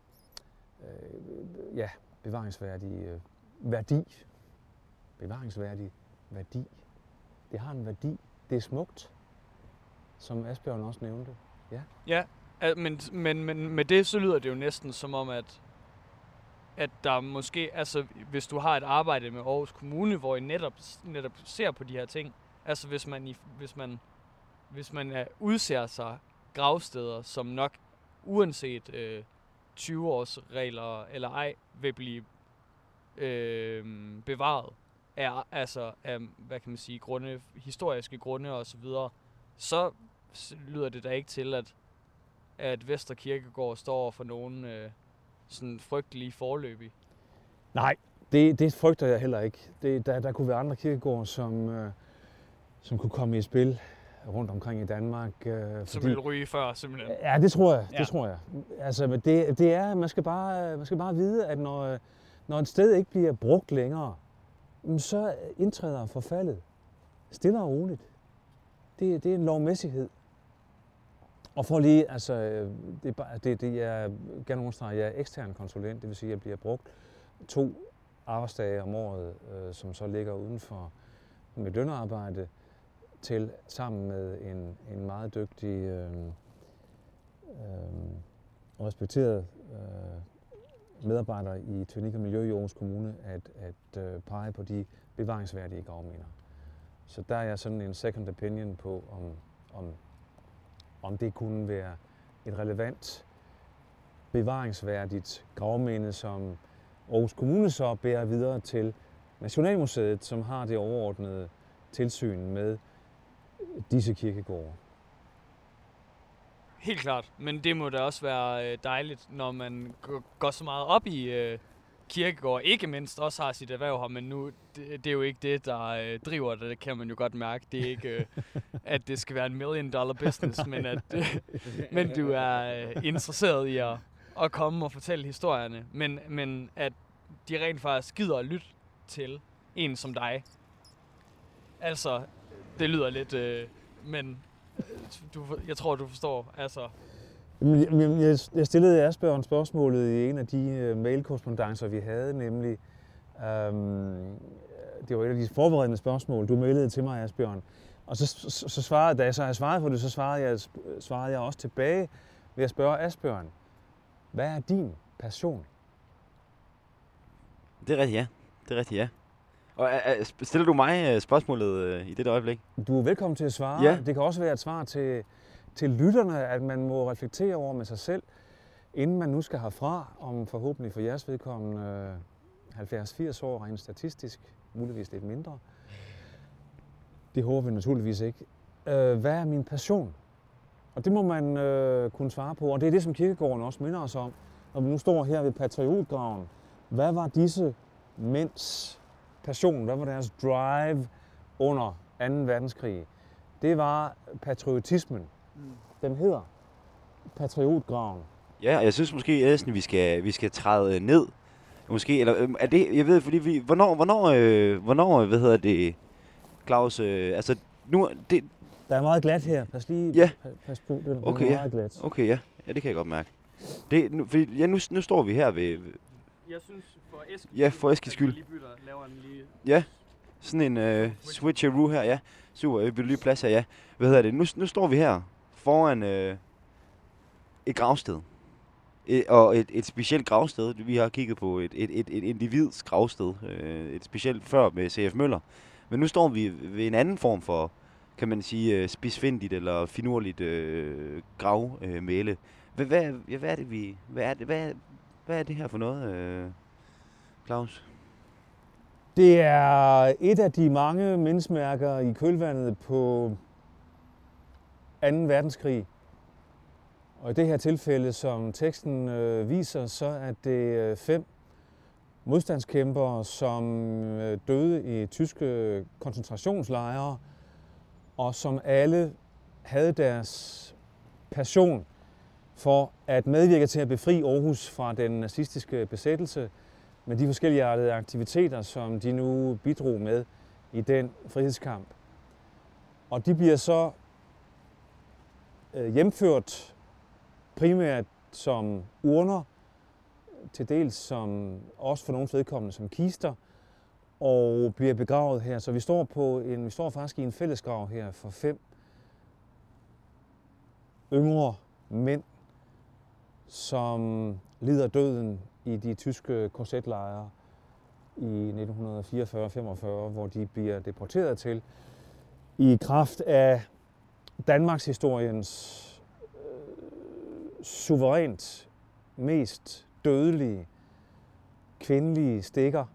Speaker 2: øh, ja, bevaringsværdig øh, værdi. Bevaringsværdig værdi. Det har en værdi. Det er smukt, som Asbjørn også nævnte. Ja.
Speaker 3: Ja. Men, men, men med det, så lyder det jo næsten som om, at, at der måske, altså hvis du har et arbejde med Aarhus Kommune, hvor I netop, netop ser på de her ting, Altså hvis man, i, hvis man, hvis man er, udser sig gravsteder, som nok uanset øh, tyve års regler eller ej, vil blive øh, bevaret af, altså af, hvad kan man sige, grunde, historiske grunde og så videre, så lyder det da ikke til, at, at Vestre Kirkegård står for nogen øh, sådan frygtelige forløb.
Speaker 2: Nej, det, det frygter jeg heller ikke. Det, der, der kunne være andre kirkegårde, som, øh, som kunne komme i spil rundt omkring i Danmark. Øh,
Speaker 3: som ville ryge før, simpelthen.
Speaker 2: Ja, det tror jeg.
Speaker 3: Ja.
Speaker 2: Det tror jeg. Altså, men det, det er, man skal bare, man skal bare vide, at når, når et sted ikke bliver brugt længere, så indtræder forfaldet stille og roligt. Det, det er en lovmæssighed. Og for lige, altså, det er, bare, det, det er gerne understrege, jeg er ekstern konsulent, det vil sige, at jeg bliver brugt to arbejdsdage om året, øh, som så ligger uden for mit lønarbejde, til sammen med en, en meget dygtig øh, øh, og respekteret øh, medarbejder i Teknik og Miljø i Aarhus Kommune, at, at øh, pege på de bevaringsværdige gravminder. Så der er jeg sådan en second opinion på, om, om, om det kunne være et relevant bevaringsværdigt gravminde, som Aarhus Kommune så bærer videre til Nationalmuseet, som har det overordnede tilsyn med disse kirkegårde.
Speaker 3: Helt klart, men det må da også være dejligt, når man går så meget op i øh, kirkegård, ikke mindst også har sit erhverv her, men nu, det, det er jo ikke det, der øh, driver det, det kan man jo godt mærke. Det er ikke, øh, at det skal være en million dollar business, men at øh, men du er øh, interesseret i at, at komme og fortælle historierne, men, men at de rent faktisk gider at lytte til en som dig. Altså, det lyder lidt, øh, men du, jeg tror, du forstår, altså...
Speaker 2: Jeg, jeg stillede Asbjørn spørgsmålet i en af de uh, mailkorrespondancer, vi havde, nemlig, um, det var et af de forberedende spørgsmål, du mailede til mig, Asbjørn. Og så, så, så svarede, da jeg så havde svaret på det, så svarede jeg, svarede jeg også tilbage ved at spørge Asbjørn, hvad er din passion?
Speaker 1: Det er rigtigt, ja. Det er rigtigt, ja. Og uh, stiller du mig uh, spørgsmålet uh, i det øjeblik?
Speaker 2: Du er velkommen til at svare.
Speaker 1: Ja.
Speaker 2: Det kan også være et svar til, til lytterne, at man må reflektere over med sig selv, inden man nu skal herfra, om forhåbentlig for jeres vedkommende uh, halvfjerds til firs år, rent statistisk, muligvis lidt mindre. Det håber vi naturligvis ikke. Uh, hvad er min passion? Og det må man uh, kunne svare på, og det er det, som kirkegården også minder os om. Når vi nu står her ved Patriotgraven, hvad var disse mænds passion, hvad var deres drive under anden verdenskrig? Det var patriotismen. Mm. Den hedder Patriotgraven.
Speaker 1: Ja, og jeg synes måske, at vi skal, vi skal træde ned. Måske, eller er det, jeg ved, fordi vi, hvornår, hvornår, øh, hvornår, hvad hedder det, Claus, øh, altså nu, det...
Speaker 2: Der er meget glat her, pas lige,
Speaker 1: ja.
Speaker 2: pas, pas på, det er
Speaker 1: okay,
Speaker 2: meget
Speaker 1: ja.
Speaker 2: glat.
Speaker 1: Okay, ja. Ja, det kan jeg godt mærke. Det, nu, fordi, ja, nu, nu står vi her ved...
Speaker 3: Jeg synes, for Eskils
Speaker 1: ja, for Eskils skyld.
Speaker 3: Lige bytter, laver en lige...
Speaker 1: Ja, sådan en uh, switcheroo her, ja. Super, vi bytter lige plads her, ja. Hvad hedder det? Nu, nu står vi her foran uh, et gravsted. Et, og et, et specielt gravsted. Vi har kigget på et, et, et, et individs gravsted. Uh, et specielt før med C F Møller. Men nu står vi ved en anden form for, kan man sige, uh, spidsfindigt eller finurligt uh, gravmæle. Uh, hvad, hvad, ja, hvad er det, vi... Hvad er det, hvad, hvad er det her for noget, uh, Claus?
Speaker 2: Det er et af de mange mindesmærker i kølvandet på anden verdenskrig. Og i det her tilfælde, som teksten øh, viser, så er det øh, fem modstandskæmpere, som øh, døde i tyske koncentrationslejre, og som alle havde deres passion for at medvirke til at befri Aarhus fra den nazistiske besættelse, med de forskellige aktiviteter, som de nu bidrog med i den frihedskamp. Og de bliver så øh, hjemført primært som urner, til dels som også for nogle vedkommende som kister, og bliver begravet her. Så vi står, på en, vi står faktisk i en fællesgrav her for fem yngre mænd, som lider døden i de tyske K Z-lejre i nitten fireogfyrre til femogfyrre, hvor de bliver deporteret til i kraft af Danmarks historiens øh, suverænt mest dødelige kvindelige stikker,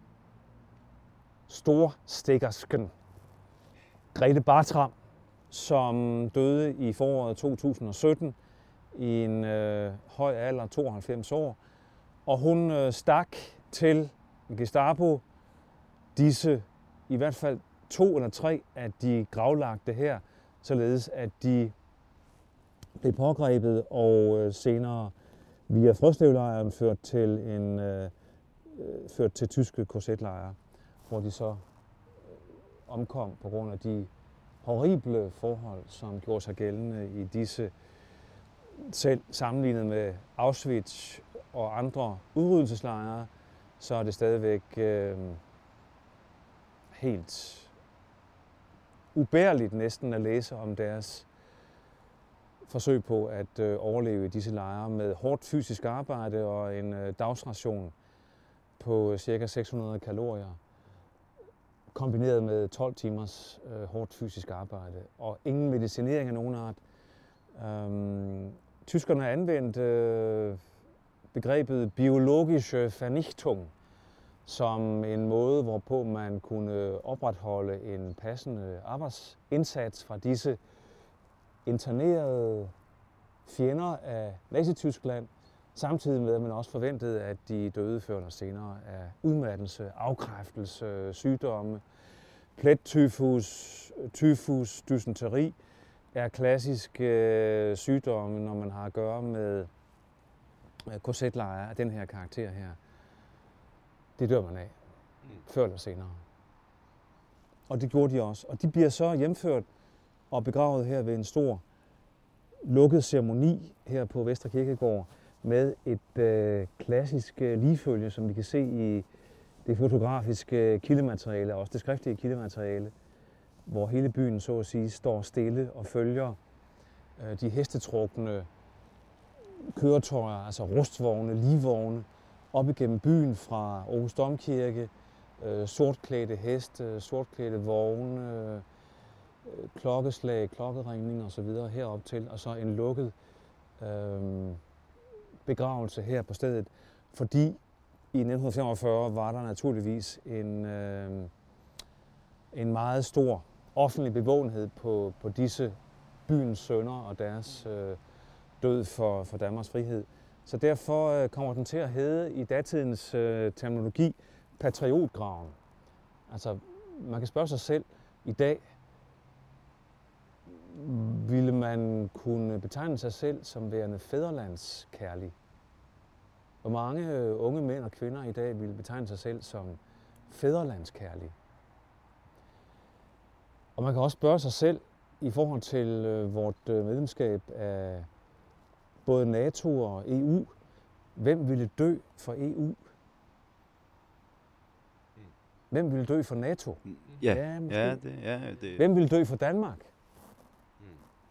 Speaker 2: storstikkersken, Grethe Bartram, som døde i foråret to tusind og sytten i en øh, høj alder, tooghalvfems år. Og hun øh, stak til Gestapo disse, i hvert fald to eller tre af de gravlagte her, således at de blev pågrebet og øh, senere via Frøslevlejren ført til en øh, ført til tyske K Z-lejre, hvor de så omkom på grund af de horrible forhold, som gjorde sig gældende i disse, selv sammenlignet med Auschwitz og andre udryddelseslejre, så er det stadigvæk øh, helt ubærligt næsten at læse om deres forsøg på at øh, overleve i disse lejre med hårdt fysisk arbejde og en øh, dagsration på ca. seks hundrede kalorier, kombineret med tolv timers øh, hårdt fysisk arbejde og ingen medicinering af nogen art. Øhm, tyskerne anvendte øh, begrebet biologische Vernichtung som en måde, hvorpå man kunne opretholde en passende arbejdsindsats fra disse internerede fjender af Nazi-Tyskland, samtidig med, at man også forventede, at de døde før eller senere af udmattelse, afkræftelse, sygdomme. Plettyfus, tyfus, dysenteri er klassiske sygdomme, når man har at gøre med K Z-lejre af den her karakter her. Det dør man af, mm. før eller senere. Og det gjorde de også. Og de bliver så hjemført og begravet her ved en stor lukket ceremoni her på Vestre Kirkegård med et øh, klassisk øh, ligfølge, som vi kan se i det fotografiske kildemateriale, og også det skriftlige kildemateriale, hvor hele byen så at sige står stille og følger øh, de hestetrukne køretøjer, altså rustvogne, ligvogne, op igennem byen fra Aarhus Domkirke, øh, sortklædte heste, sortklædte vogne, øh, klokkeslag, klokkeringning osv. herop til, og så en lukket øh, begravelse her på stedet, fordi i nitten femogfyrre var der naturligvis en, øh, en meget stor offentlig bevågenhed på, på disse byens sønner og deres øh, død for, for Danmarks frihed. Så derfor øh, kommer den til at hedde i datidens øh, terminologi patriotgraven. Altså, man kan spørge sig selv i dag, ville man kunne betegne sig selv som værende fædrelandskærlig? Hvor mange unge mænd og kvinder i dag ville betegne sig selv som fædrelandskærlige? Og man kan også spørge sig selv i forhold til øh, vort øh, medlemskab af både NATO og E U. Hvem ville dø for E U? Hvem ville dø for NATO?
Speaker 1: Ja, ja, ja, det, ja det.
Speaker 2: Hvem ville dø for Danmark? Mm.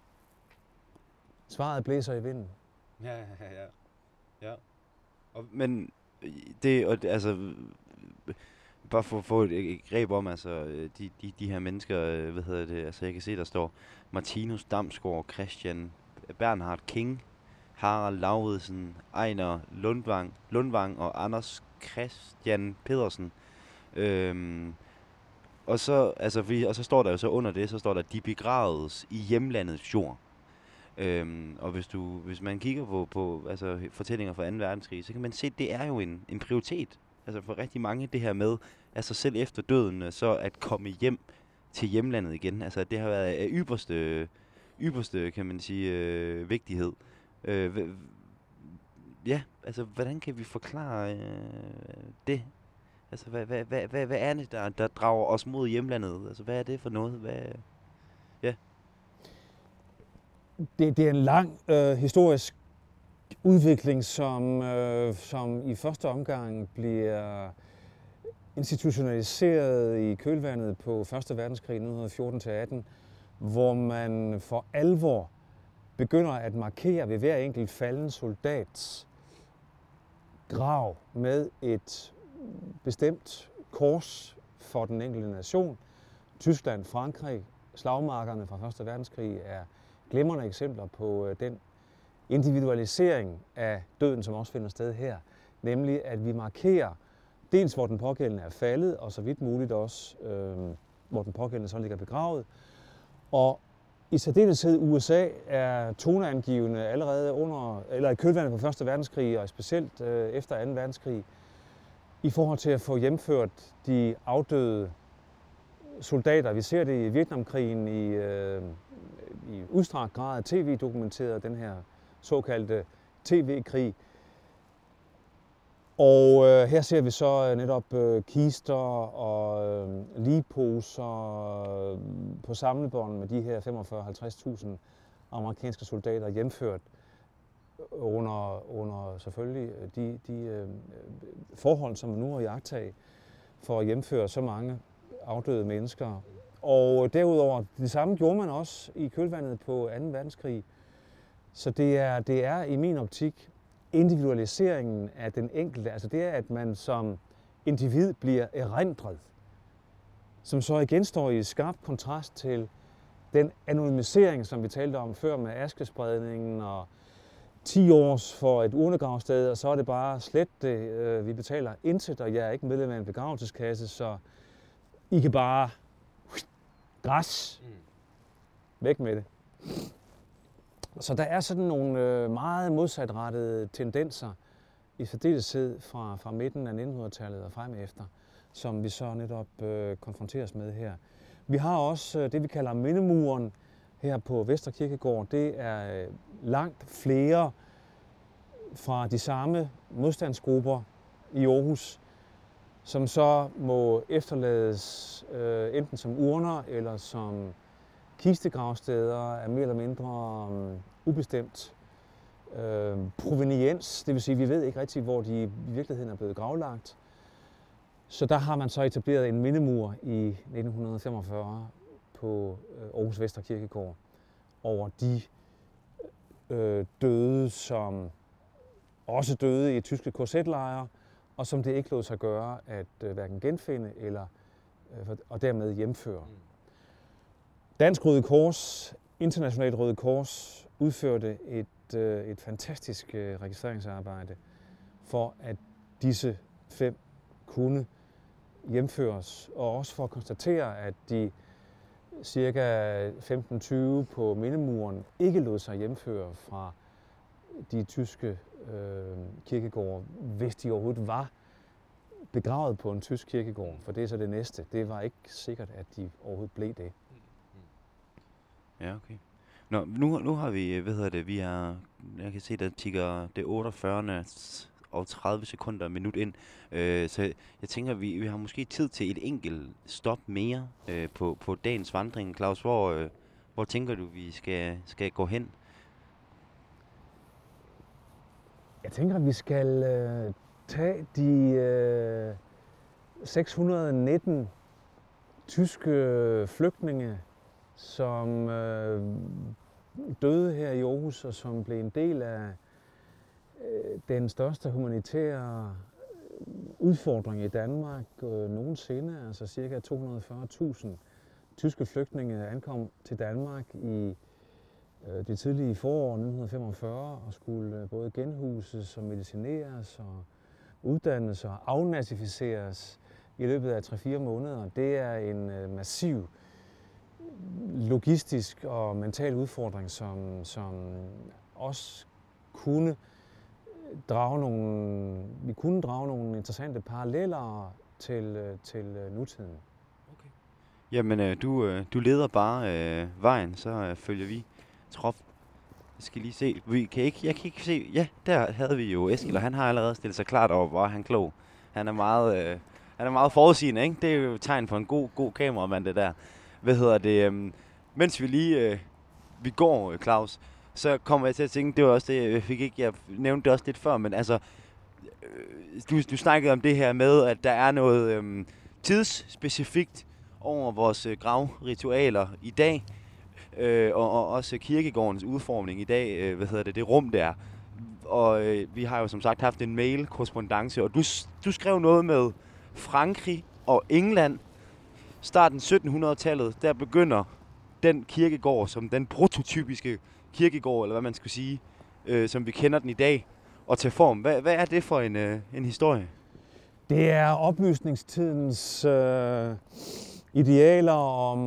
Speaker 2: Svaret blæser i vinden.
Speaker 1: Ja, ja, ja. ja. Og, men det, og det, altså, bare for at få et, et greb om, altså, de, de, de her mennesker, hvad hedder det, altså jeg kan se, der står Martinus Damsgaard, Christian Bernhard King, Harald Lauridsen, Ejner Lundvang, Lundvang og Anders Christian Pedersen. Øhm, og, så, altså, vi, og så står der jo så under det, så står der, de begravedes i hjemlandets jord. Øhm, og hvis, du, hvis man kigger på, på altså, fortællinger fra anden verdenskrig, så kan man se, at det er jo en, en prioritet altså for rigtig mange, det her med, altså selv efter døden, så at komme hjem til hjemlandet igen. Altså det har været af ypperste, ypperste kan man sige, øh, vigtighed. Øh, ja, altså hvordan kan vi forklare øh, det? Altså hvad, hvad, hvad, hvad, hvad er det, der, der drager os mod hjemlandet? Altså hvad er det for noget? Hvad, ja.
Speaker 2: Det, det er en lang øh, historisk udvikling, som, øh, som i første omgang bliver institutionaliseret i kølvandet på første verdenskrig nitten fjorten til atten, hvor man for alvor begynder at markere ved hver enkelt falden soldats grav med et bestemt kors for den enkelte nation. Tyskland, Frankrig, slagmarkerne fra første verdenskrig er glimrende eksempler på øh, den individualisering af døden, som også finder sted her. Nemlig at vi markerer dels, hvor den pågældende er faldet, og så vidt muligt også, øh, hvor den pågældende så ligger begravet. Og i særdeleshed U S A er toneangivende allerede under, eller i kølvandet på første verdenskrig, og specielt øh, efter anden verdenskrig, i forhold til at få hjemført de afdøde soldater. Vi ser det i Vietnamkrigen i, øh, i udstrakt grad tv-dokumenteret, den her såkaldte tv-krig. Og øh, her ser vi så netop øh, kister og øh, ligposer øh, på samlebånd med de her femogfyrre til halvtreds tusind amerikanske soldater hjemført under, under selvfølgelig de, de øh, forhold, som man nu har iagttaget for at hjemføre så mange afdøde mennesker. Og derudover, det samme gjorde man også i kølvandet på anden verdenskrig. Så det er, det er i min optik individualiseringen af den enkelte, altså det er, at man som individ bliver erindret, som så igen står i skarp kontrast til den anonymisering, som vi talte om før med askespredningen og ti års for et urnegravsted, og så er det bare slet det, vi betaler intet, og jeg er ikke medlem af en begravelseskasse, så I kan bare græs væk med det. Så der er sådan nogle meget modsatrettede tendenser i særdeleshed fra, fra midten af nittenhundredetallet og frem efter, som vi så netop øh, konfronteres med her. Vi har også øh, det, vi kalder mindemuren her på Vestre Kirkegård. Det er øh, langt flere fra de samme modstandsgrupper i Aarhus, som så må efterlades øh, enten som urner eller som kistegravsteder af mere eller mindre um, ubestemt øh, proveniens. Det vil sige, at vi ved ikke rigtig, hvor de i virkeligheden er blevet gravlagt. Så der har man så etableret en mindemur i nitten femogfyrre på øh, Aarhus Vestre Kirkegård over de øh, døde, som også døde i tyske K Z-lejre, og som det ikke lod sig gøre at øh, hverken genfinde eller øh, og dermed hjemføre. Dansk Røde Kors, Internationalt Røde Kors, udførte et, øh, et fantastisk øh, registreringsarbejde for, at disse fem kunne hjemføres, og også for at konstatere, at de cirka femten tyve på mindemuren ikke lod sig hjemføre fra de tyske øh, kirkegårde, hvis de overhovedet var begravet på en tysk kirkegård, for det er så det næste. Det var ikke sikkert, at de overhovedet blev det.
Speaker 1: Ja, okay. Nå, nu, nu har vi, hvad hedder det, vi har, jeg kan se, der tikker det otteogfyrre og tredive sekunder minut ind, øh, så jeg tænker, vi, vi har måske tid til et enkelt stop mere øh, på, på dagens vandring. Claus, hvor, øh, hvor tænker du, vi skal, skal gå hen?
Speaker 2: Jeg tænker, at vi skal øh, tage de øh, seks hundrede nitten tyske flygtninge, som øh, døde her i Aarhus, og som blev en del af øh, den største humanitære udfordring i Danmark øh, nogensinde. Altså cirka to hundrede og fyrre tusind tyske flygtninge ankom til Danmark i øh, det tidlige forår nitten femogfyrre og skulle øh, både genhuses og medicineres og uddannes og afnazificeres i løbet af tre fire måneder. Det er en øh, massiv logistisk og mental udfordring, som, som også kunne drage nogle, vi kunne drage nogle interessante paralleller til, til nutiden.
Speaker 1: Okay. Jamen, øh, du, øh, du leder bare øh, vejen, så øh, følger vi trop. Jeg skal lige se. Vi kan ikke, jeg kan ikke se. Ja, der havde vi jo Eskild, og han har allerede stillet sig klart over, hvor han er klog. Han er meget, øh, han er meget forudsigende, ikke? Det er jo et tegn på en god, god kameramand, det der. Hvad hedder det? Øh, mens vi lige øh, vi går, Claus, så kommer jeg til at tænke, det var også det, jeg fik ikke, jeg nævnte det også lidt før, men altså, øh, du, du snakkede om det her med, at der er noget øh, tidsspecifikt over vores øh, gravritualer i dag, øh, og, og også kirkegårdens udformning i dag, øh, hvad hedder det, det rum der. Og øh, vi har jo som sagt haft en mail-korrespondance, og du, du skrev noget med Frankrig og England. Starten syttenhundredetallet, der begynder den kirkegård som den prototypiske kirkegård, eller hvad man skal sige, øh, som vi kender den i dag, og til form. Hvad, hvad er det for en, øh, en historie?
Speaker 2: Det er oplysningstidens øh, idealer om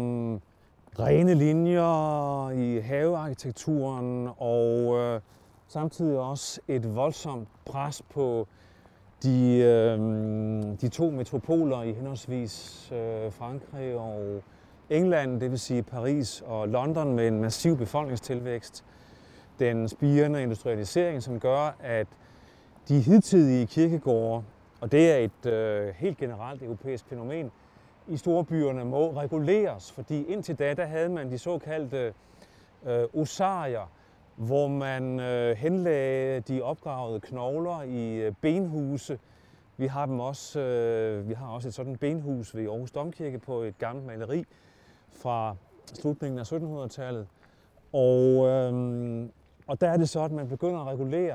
Speaker 2: rene linjer i havearkitekturen, og øh, samtidig også et voldsomt pres på de, øh, de to metropoler i henholdsvis øh, Frankrig og England, det vil sige Paris og London, med en massiv befolkningstilvækst. Den spirende industrialisering, som gør, at de hidtidige kirkegårde, og det er et øh, helt generelt europæisk fænomen, i storbyerne må reguleres, fordi indtil da, der havde man de såkaldte øh, osarier, hvor man øh, henlagde de opgravede knogler i øh, benhuse. Vi har, dem også, øh, vi har også et sådan benhus ved Aarhus Domkirke på et gammelt maleri fra slutningen af syttenhundredetallet. Og, øh, og der er det så, at man begynder at regulere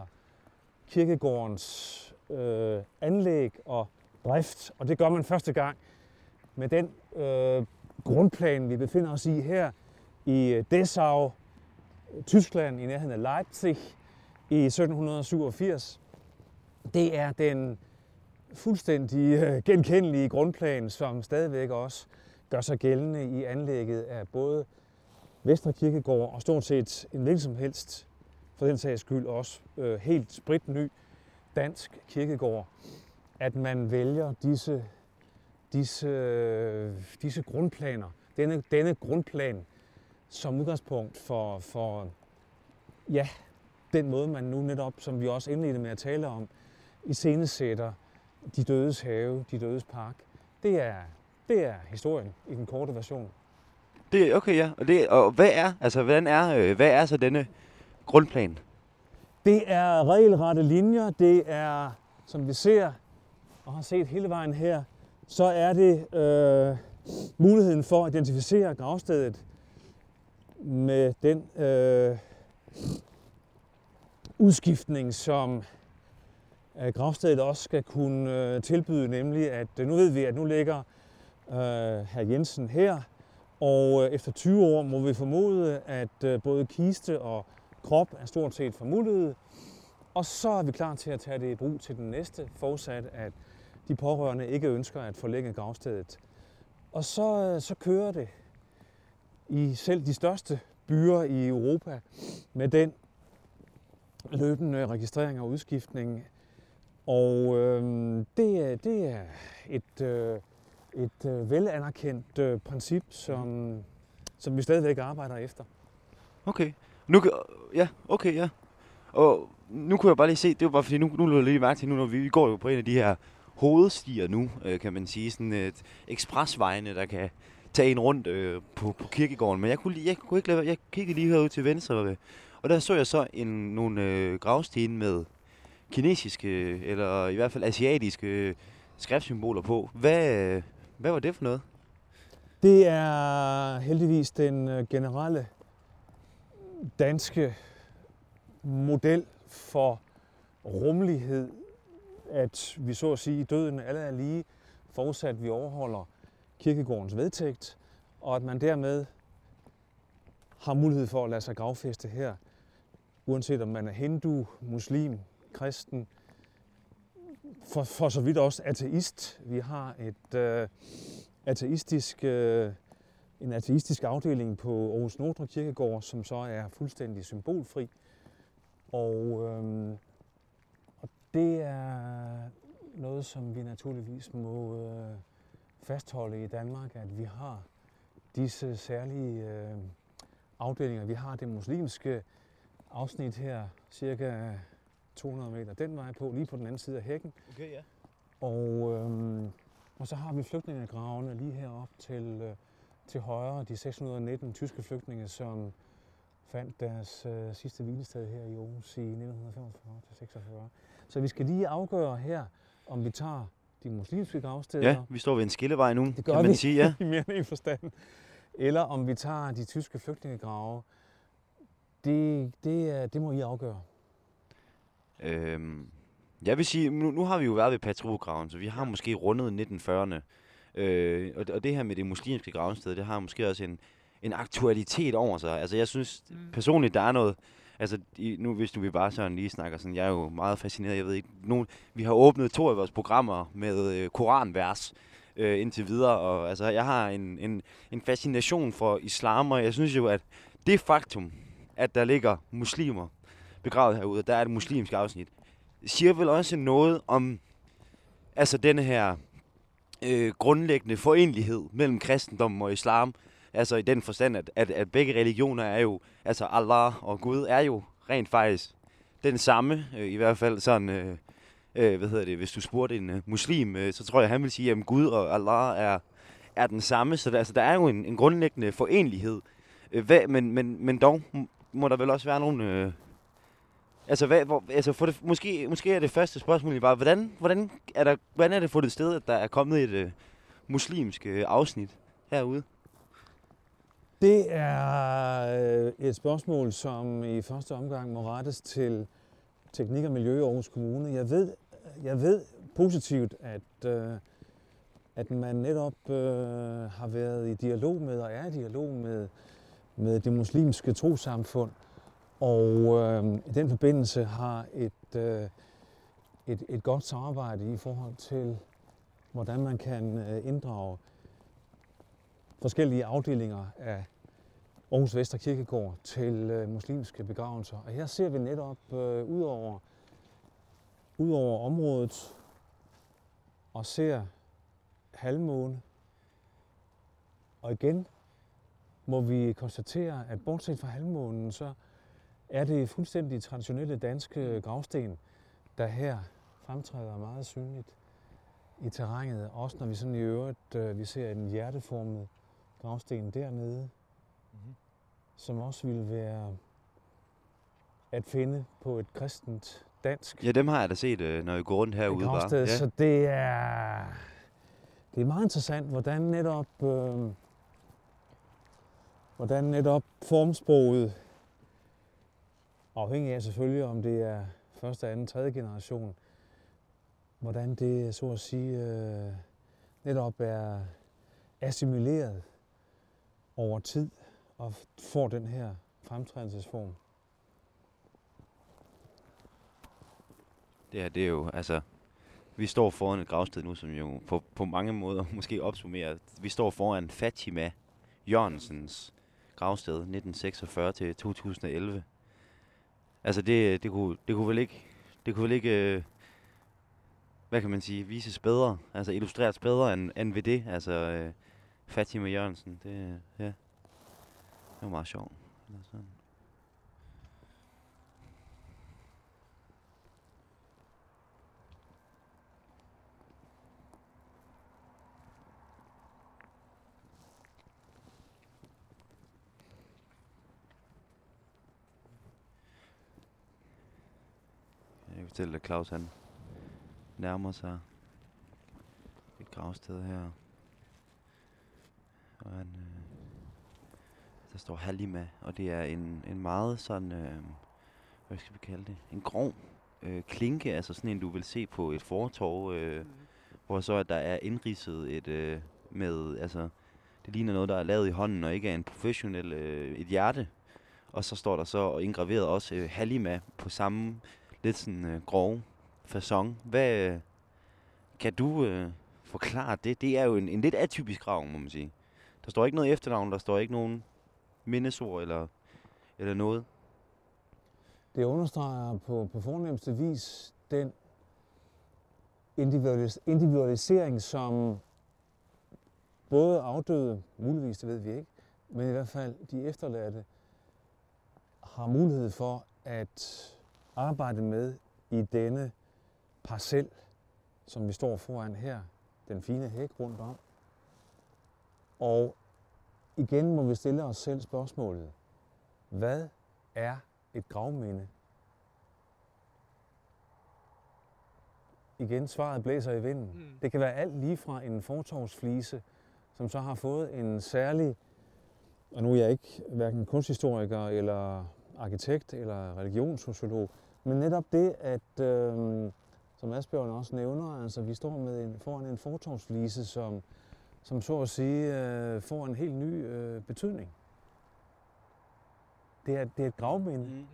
Speaker 2: kirkegårdens øh, anlæg og drift, og det gør man første gang med den øh, grundplan, vi befinder os i her i Dessau, Tyskland, i nærheden af Leipzig i sytten syvogfirs. Det er den fuldstændig øh, genkendelige grundplan, som stadigvæk også gør sig gældende i anlægget af både Vestre Kirkegård og stort set en hvilken som helst, for den sags skyld også øh, helt spritny dansk kirkegård, at man vælger disse, disse, øh, disse grundplaner, denne, denne grundplan som udgangspunkt for, for ja, den måde, man nu netop, som vi også indledte med at tale om, iscenesætter de dødes have, de dødes park. Det er, det er historien i den korte version.
Speaker 1: Det okay, ja. Og, det, og hvad er, altså, hvordan er, øh, hvad er så denne grundplan?
Speaker 2: Det er regelrette linjer. Det er, som vi ser og har set hele vejen her, så er det øh, muligheden for at identificere gravstedet med den øh, udskiftning, som øh, gravstedet også skal kunne øh, tilbyde, nemlig at øh, nu ved vi, at nu ligger øh, hr. Jensen her, og øh, efter tyve år må vi formode, at øh, både kiste og krop er stort set formuldet, og så er vi klar til at tage det i brug til den næste, forudsat at de pårørende ikke ønsker at forlænge gravstedet. Og så, så kører det i selv de største byer i Europa med den løbende registrering og udskiftning. Og øh, det, det er et, øh, et øh, velanerkendt øh, princip, som, som vi stadigvæk arbejder efter.
Speaker 1: Okay. Nu, ja, okay, ja. Og nu kunne jeg bare lige se, det var bare fordi, nu, nu løber jeg lige mærke til, nu når vi, vi går jo på en af de her hovedstier nu, øh, kan man sige, sådan et ekspresvejene, der kan tage en rundt øh, på, på kirkegården. Men jeg kunne, jeg kunne ikke lade, jeg kiggede lige herud til venstre, og der så jeg så en, nogle øh, gravsten med kinesiske, eller i hvert fald asiatiske skriftsymboler på. Hvad, øh, hvad var det for noget?
Speaker 2: Det er heldigvis den generelle danske model for rummelighed, at vi så at sige i døden alle er lige, forudsat at vi overholder kirkegårdens vedtægt, og at man dermed har mulighed for at lade sig gravfæste her, uanset om man er hindu, muslim, kristen, for, for så vidt også ateist. Vi har et øh, ateistisk, øh, en ateistisk afdeling på Aarhus Nordre Kirkegård, som så er fuldstændig symbolfri. Og, øh, og det er noget, som vi naturligvis må øh, fastholde i Danmark, at vi har disse særlige øh, afdelinger. Vi har det muslimske afsnit her, cirka to hundrede meter den vej på, lige på den anden side af hækken.
Speaker 1: Okay, ja.
Speaker 2: Og, øh, og så har vi flygtningegravene lige herop til, øh, til højre, de seks hundrede nitten tyske flygtninge, som fandt deres øh, sidste hvilested her i Aarhus i nitten femogfyrre til seksogfyrre. Så vi skal lige afgøre her, om vi tager de muslimske gravsteder.
Speaker 1: Ja, vi står ved en skillevej nu,
Speaker 2: det gør
Speaker 1: kan man
Speaker 2: vi,
Speaker 1: sige, ja.
Speaker 2: i mere end en forstand. Eller om vi tager de tyske flygtningegrave. Det, det, det må I afgøre.
Speaker 1: Øhm, jeg vil sige, nu, nu har vi jo været ved Patriograven, så vi har måske rundet nitten fyrrerne. Øh, og, og det her med det muslimske gravsted, det har måske også en, en aktualitet over sig. Altså jeg synes
Speaker 3: Mm.
Speaker 1: personligt, der er noget, altså i, nu hvis du vi bare sådan lige snakker sådan, jeg er jo meget fascineret, jeg ved ikke, nogen, vi har åbnet to af vores programmer med øh, koranvers øh, indtil videre, og altså jeg har en, en, en fascination for islam, og jeg synes jo, at det faktum, at der ligger muslimer begravet herude, der er et muslimsk afsnit, siger vel også noget om altså denne her øh, grundlæggende forenlighed mellem kristendommen og islam. Altså i den forstand, at, at, at begge religioner er jo, altså Allah og Gud er jo rent faktisk den samme, øh, i hvert fald sådan, øh, øh, hvad hedder det, hvis du spurgte en øh, muslim, øh, så tror jeg, han vil sige, at Gud og Allah er, er den samme, så der, altså, der er jo en, en grundlæggende forenlighed. Øh, hvad, men, men, men dog må der vel også være nogle... Øh, altså, hvad, hvor, altså for det, måske, måske er det første spørgsmål bare, hvordan, hvordan, er der, hvordan er det for det sted, at der er kommet et øh, muslimsk øh, afsnit herude?
Speaker 2: Det er øh, et spørgsmål, som i første omgang må rettes til Teknik og Miljø i Aarhus Kommune. Jeg ved, jeg ved positivt, at, øh, at man netop øh, har været i dialog med og er i dialog med, med det muslimske trossamfund. Og øh, i den forbindelse har et, øh, et, et godt samarbejde i forhold til, hvordan man kan øh, inddrage forskellige afdelinger af Aarhus Vestre Kirkegård til øh, muslimske begravelser. Og her ser vi netop øh, ud over, ud over området og ser halvmåne. Og igen må vi konstatere, at bortset fra halvmånen, så er det fuldstændig traditionelle danske gravsten, der her fremtræder meget synligt i terrænet. Også når vi sådan i øvrigt øh, vi ser en hjerteformet gravsten dernede, mm-hmm. som også ville være at finde på et kristent dansk.
Speaker 1: Ja, dem har jeg da set, når jeg går rundt herude. Bare. Ja.
Speaker 2: Så det er, det er meget interessant, hvordan netop, øh, hvordan netop formsproget, afhængig af selvfølgelig, om det er første, anden, tredje generation, hvordan det så at sige øh, netop er assimileret over tid og får den her fremtrædelsesform.
Speaker 1: Det her, det er jo, altså, vi står foran et gravsted nu, som jo på, på mange måder måske opsummerer. Vi står foran Fatima Jørgensens gravsted nitten seksogfyrre til to tusind og elleve. Altså det, det, kunne, det kunne vel ikke, det kunne vel ikke, øh, hvad kan man sige, vises bedre, altså illustreres bedre end, end ved det. Altså øh, Fatima Jørgensen, det, ja, det var meget sjovt. Eller sådan. Jeg kan fortælle dig, at Claus han nærmer sig et gravsted her. Og han, øh, der står Halima, og det er en, en meget sådan, øh, hvad skal vi kalde det, en grov øh, klinke, altså sådan en, du vil se på et fortorv, øh, mm. hvor så at der er indridset et øh, med, altså det ligner noget, der er lavet i hånden, og ikke er en professionel, øh, et hjerte. Og så står der så indgraveret også øh, Halima på samme lidt sådan øh, grove facon. Hvad øh, kan du øh, forklare det? Det er jo en, en lidt atypisk grav, må man sige. Der står ikke noget efternavn, der står ikke nogen mindesord eller, eller noget.
Speaker 2: Det understreger på, på fornemmeste vis den individualis- individualisering, som både afdøde, muligvis, det ved vi ikke, men i hvert fald de efterladte, har mulighed for at arbejde med i denne parcel, som vi står foran her, den fine hæk rundt om. Og igen må vi stille os selv spørgsmålet, hvad er et gravminde? Igen, svaret blæser i vinden. Mm. Det kan være alt lige fra en fortovsflise, som så har fået en særlig, og nu er jeg ikke hverken kunsthistoriker eller arkitekt eller religionssociolog, men netop det, at, øh, som Asbjørn også nævner, altså vi står med en, foran en fortovsflise, som, som så at sige øh, får en helt ny øh, betydning. det, er, det er et gravminde.
Speaker 1: Mm.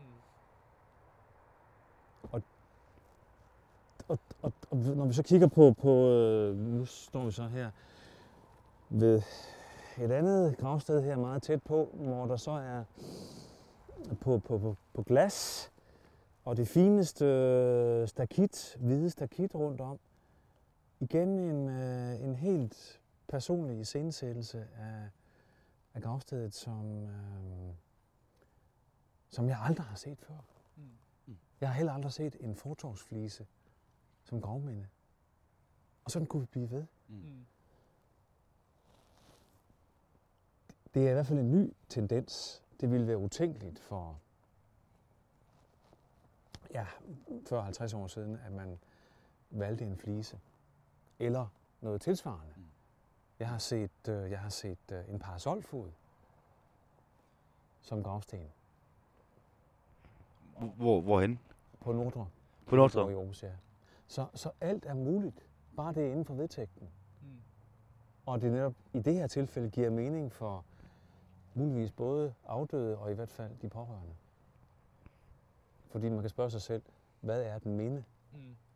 Speaker 2: Og, og, og, og når vi så kigger på, på øh, nu står vi så her ved et andet gravsted her meget tæt på, hvor der så er på, på, på, på glas og det fineste øh, stakit, hvide stakit rundt om. Igen en, øh, en helt personlig iscenesættelse af, af gravstedet, som, øh, som jeg aldrig har set før.
Speaker 3: Mm.
Speaker 2: Jeg har heller aldrig set en fortovsflise som gravminde. Og sådan kunne vi blive ved.
Speaker 3: Mm.
Speaker 2: Det er i hvert fald en ny tendens. Det ville være utænkeligt for ja, fyrre halvtreds år siden, at man valgte en flise. Eller noget tilsvarende.
Speaker 1: Mm.
Speaker 2: Jeg har set, øh, jeg har set øh, en parasolfod som gravsten
Speaker 1: Hvor, hvorhen?
Speaker 2: på Nordre.
Speaker 1: På Nordre?
Speaker 2: I Aarhus, ja. Så, så alt er muligt, bare det er inden for vedtægten.
Speaker 3: Mm.
Speaker 2: Og det netop i det her tilfælde giver mening for muligvis både afdøde og i hvert fald de pårørende. Fordi man kan spørge sig selv, hvad er den minde?
Speaker 3: Mm.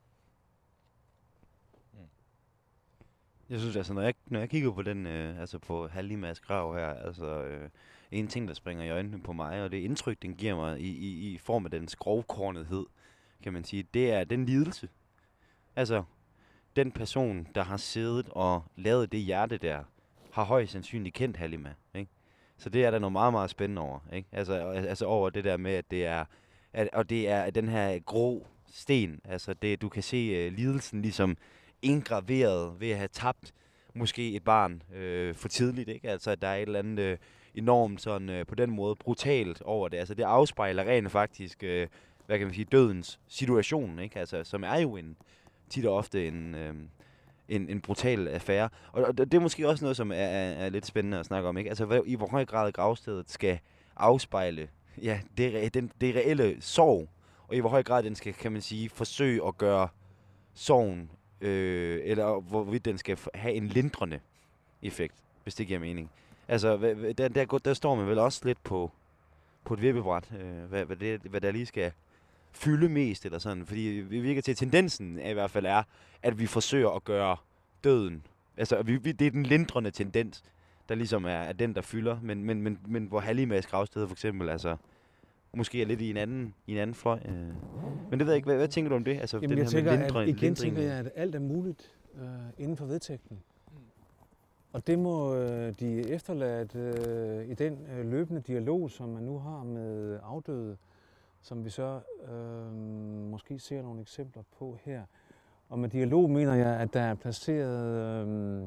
Speaker 1: Jeg synes altså, når jeg, når jeg kigger på den, øh, altså på Halimas grav her, altså øh, en ting, der springer i øjnene på mig, og det indtryk, den giver mig i, i, i form af den grovkornethed, kan man sige, det er den lidelse. Altså, den person, der har siddet og lavet det hjerte der, har højst sandsynligt kendt Halima, ikke? Så det er der noget meget, meget spændende over, ikke? Altså, altså over det der med, at det er, at, og det er den her grå sten, altså det, du kan se uh, lidelsen ligesom indgraveret ved at have tabt måske et barn øh, for tidligt, ikke? Altså, at der er et eller andet øh, enormt sådan, øh, på den måde brutalt over det. Altså, det afspejler rent faktisk, øh, hvad kan man sige, dødens situation, ikke? Altså, som er jo en, tit og ofte en, øh, en, en brutal affære. Og, og det er måske også noget, som er, er, er lidt spændende at snakke om, ikke? Altså, hvad, i hvor høj grad gravstedet skal afspejle ja, det, den, det reelle sorg, og i hvor høj grad den skal, kan man sige, forsøge at gøre sorgen Øh, eller hvorvidt den skal have en lindrende effekt, hvis det giver mening. Altså, der, der, der står man vel også lidt på, på et vippebræt, øh, hvad, hvad, det, hvad der lige skal fylde mest, eller sådan. Fordi vi virker til, at tendensen i hvert fald er, at vi forsøger at gøre døden, altså vi, vi, det er den lindrende tendens, der ligesom er, er den, der fylder, men, men, men, men hvor Halimas gravsted for eksempel, altså måske er lidt i en anden, i en anden fløj. Øh. Men det ved jeg ikke, hvad, hvad tænker du om det? Altså,
Speaker 2: Jamen
Speaker 1: den
Speaker 2: jeg
Speaker 1: her
Speaker 2: tænker,
Speaker 1: med lindre,
Speaker 2: at igen
Speaker 1: lindring.
Speaker 2: tænker jeg, at alt er muligt øh, inden for vedtægten.
Speaker 3: Mm.
Speaker 2: Og det må øh, de efterladte øh, i den øh, løbende dialog, som man nu har med afdøde, som vi så øh, måske ser nogle eksempler på her. Og med dialog mener jeg, at der er placeret øh,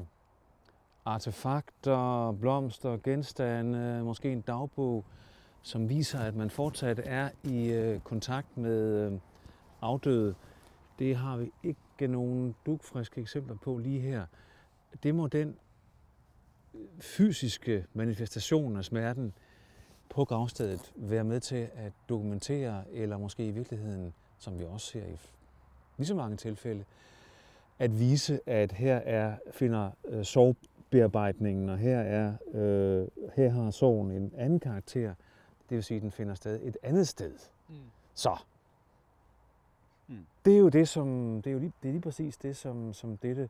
Speaker 2: artefakter, blomster, genstande, måske en dagbog, som viser, at man fortsat er i øh, kontakt med øh, afdøde. Det har vi ikke nogen dugfriske eksempler på lige her. Det må den fysiske manifestation af smerten på gravstedet være med til at dokumentere, eller måske i virkeligheden, som vi også ser i lige så mange tilfælde, at vise, at her er, finder øh, sorgbearbejdningen, og her, er, øh, her har sorgen en anden karakter. Det vil sige, at den finder sted et andet sted.
Speaker 3: Mm.
Speaker 2: Så.
Speaker 1: Mm.
Speaker 2: Det er jo det, som det er jo lige, det er lige præcis det, som, som dette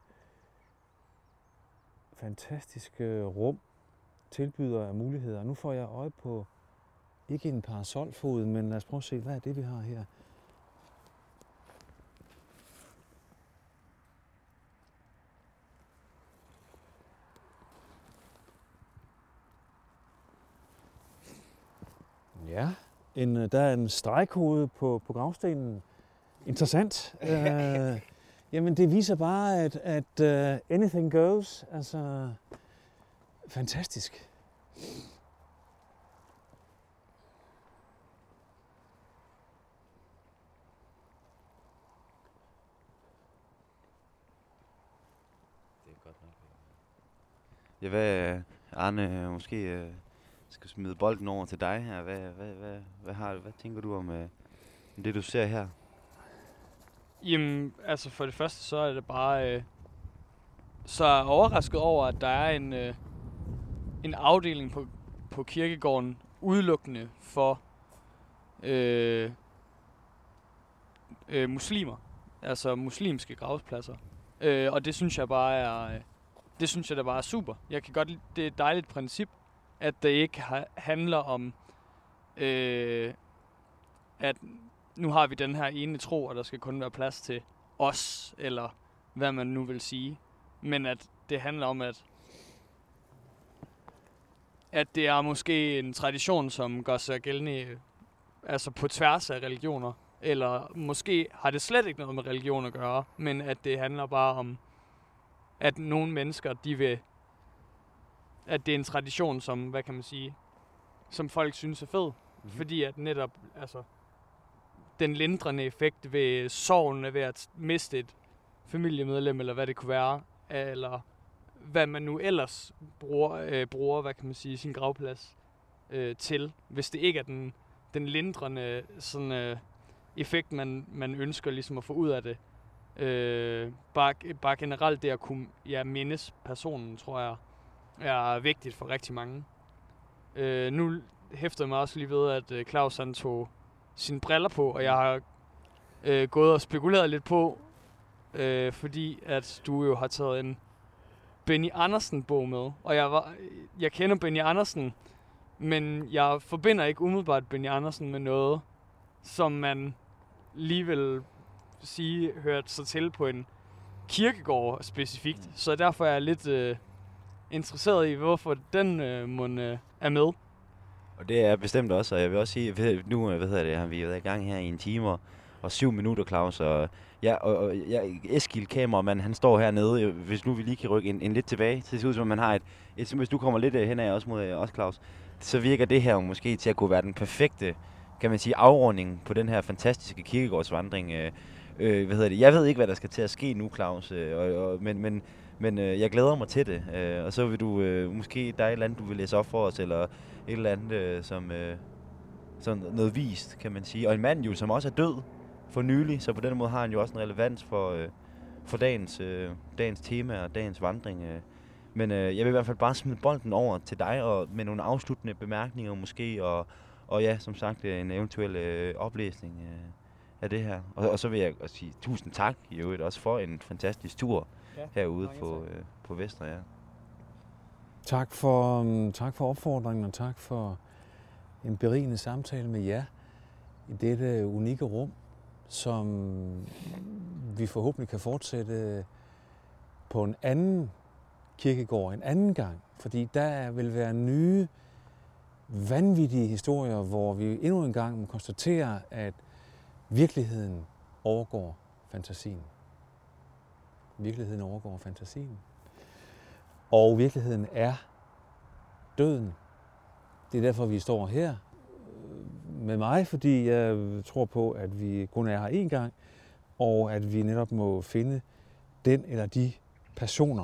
Speaker 2: fantastiske rum tilbyder af muligheder. Nu får jeg øje på ikke en parasolfod, men lad os prøve at se, hvad er det, vi har her. Ja, en, der er en stregkode på, på gravstenen. Interessant. uh, jamen, det viser bare, at, at uh, anything goes. Altså, fantastisk.
Speaker 1: Det er godt nok. Ja, hvad, Arne, måske øh, skal smide bolden over til dig her. Hvad, hvad, hvad, hvad, har, hvad tænker du om, øh, om det, du ser her?
Speaker 3: Jamen, altså for det første, så er det bare... Øh, så er jeg overrasket over, at der er en, øh, en afdeling på, på kirkegården udelukkende for øh, øh, muslimer. Altså muslimske gravpladser. Øh, og det synes jeg bare er, øh, det synes jeg da bare er super. Jeg kan godt lide, det er et dejligt princip, at det ikke ha- handler om, øh, at nu har vi den her ene tro, og der skal kun være plads til os, eller hvad man nu vil sige. Men at det handler om, at at det er måske en tradition, som gør sig gældende altså på tværs af religioner. Eller måske har det slet ikke noget med religion at gøre, men at det handler bare om, at nogle mennesker, de vil, at det er en tradition, som, hvad kan man sige, som folk synes er fed. Mm-hmm. Fordi at netop, altså, den lindrende effekt ved sorgen ved at miste et familiemedlem, eller hvad det kunne være, eller hvad man nu ellers bruger, øh, bruger hvad kan man sige, sin gravplads øh, til, hvis det ikke er den, den lindrende sådan, øh, effekt, man, man ønsker ligesom at få ud af det. Øh, bare, bare generelt det at kunne ja, mindes personen, tror jeg, er vigtigt for rigtig mange. Øh, nu hæfter jeg mig også lige ved, at øh, Claus han tog sine briller på, og jeg har øh, gået og spekuleret lidt på, øh, fordi at du jo har taget en Benny Andersen-bog med, og jeg, var, jeg kender Benny Andersen, men jeg forbinder ikke umiddelbart Benny Andersen med noget, som man lige vil sige hørt sig til på en kirkegård specifikt. Mm. Så derfor er jeg lidt øh, interesseret i, hvorfor den øh, mund øh, er med.
Speaker 1: Og det er bestemt også, og jeg vil også sige, ved, nu hvad hedder det, har vi været i gang her i en time og, og syv minutter, Claus, og ja, og, og ja, Eskild kameramand, han står hernede, hvis nu vi lige kan rykke en, en lidt tilbage, så det ser ud som, man har et, et hvis du kommer lidt hen af også mod os, Claus, så virker det her jo måske til at kunne være den perfekte, kan man sige, afrunding på den her fantastiske kirkegårdsvandring. Øh, øh, hvad hedder det? Jeg ved ikke, hvad der skal til at ske nu, Claus, øh, og, og, men, men, men øh, jeg glæder mig til det, øh, og så vil du, øh, måske der er et eller andet, du vil læse op for os, eller et eller andet, øh, som, øh, som noget vist, kan man sige. Og en mand jo, som også er død for nylig, så på den måde har han jo også en relevans for, øh, for dagens, øh, dagens tema og dagens vandring. Øh. Men øh, jeg vil i hvert fald bare smide bolden over til dig, og med nogle afsluttende bemærkninger måske, og, og ja, som sagt, en eventuel øh, oplæsning øh, af det her. Og, og så vil jeg også sige tusind tak i øvrigt også for en fantastisk tur ja, herude på, øh, på Vestre. Ja.
Speaker 2: Tak for, um, tak for opfordringen, og tak for en berigende samtale med jer i dette unikke rum, som vi forhåbentlig kan fortsætte på en anden kirkegård en anden gang. Fordi der vil være nye, vanvittige historier, hvor vi endnu en gang må konstatere, at virkeligheden overgår fantasien. Virkeligheden overgår fantasien. Og virkeligheden er døden. Det er derfor, vi står her med mig, fordi jeg tror på, at vi kun er her én gang, og at vi netop må finde den eller de personer,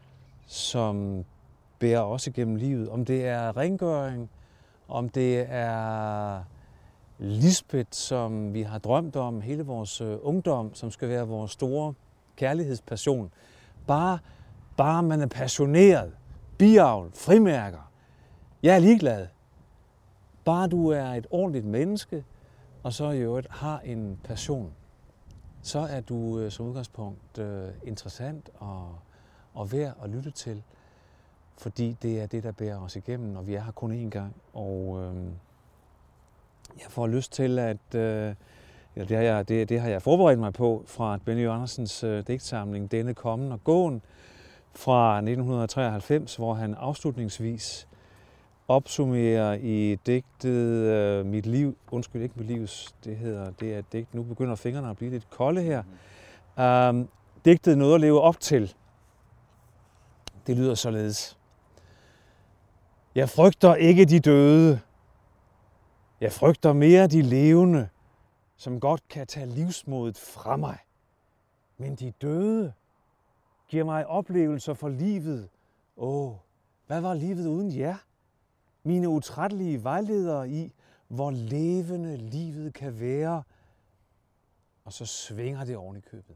Speaker 2: som bærer os igennem livet. Om det er rengøring, om det er Lisbeth, som vi har drømt om, hele vores ungdom, som skal være vores store kærlighedspassion. Bare, bare man er passioneret, biavl, frimærker. Jeg er ligeglad. Bare du er et ordentligt menneske, og så i øvrigt har en passion, så er du som udgangspunkt interessant og, og værd at lytte til. Fordi det er det, der bærer os igennem, og vi er her kun én gang. Og øh, jeg får lyst til at, øh, det, har jeg, det, det har jeg forberedt mig på fra Benny Andersens øh, digtsamling Denne kommen og gåen fra nitten treoghalvfems, hvor han afslutningsvis opsummerer i digtet øh, Mit liv, undskyld ikke mit livs, det hedder, det er et digt, nu begynder fingrene at blive lidt kolde her. Mm. Øh, digtet noget at leve op til. Det lyder således. Jeg frygter ikke de døde. Jeg frygter mere de levende, som godt kan tage livsmodet fra mig. Men de døde giver mig oplevelser for livet. Åh, hvad var livet uden jer? Mine utrættelige vejledere i, hvor levende livet kan være. Og så svinger det oven i købet.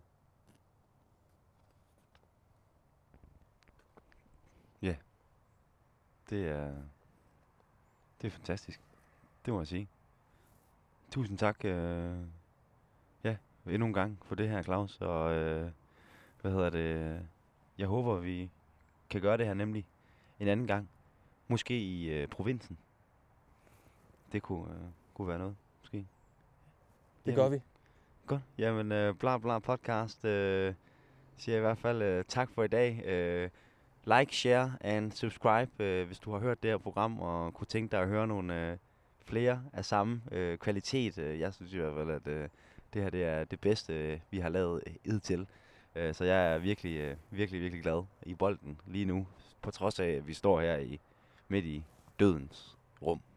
Speaker 1: Ja, det er, det er fantastisk. Det må jeg sige. tusind tak. Øh, ja, endnu en gang for det her, Claus. Og øh, hvad hedder det? Jeg håber, vi kan gøre det her nemlig en anden gang. Måske i øh, provinsen. Det kunne, øh, kunne være noget, måske.
Speaker 2: Det
Speaker 1: Jamen,
Speaker 2: gør vi.
Speaker 1: Godt. Jamen, øh, bla bla podcast øh, siger jeg i hvert fald øh, tak for i dag. Øh, like, share and subscribe, øh, hvis du har hørt det her program og kunne tænke dig at høre nogle øh, flere af samme øh, kvalitet. Jeg synes i hvert fald, at øh, det her det er det bedste, øh, vi har lavet øh, hidtil. Øh, så jeg er virkelig, øh, virkelig, virkelig glad i bolden lige nu, på trods af, at vi står her i midt i dødens rum.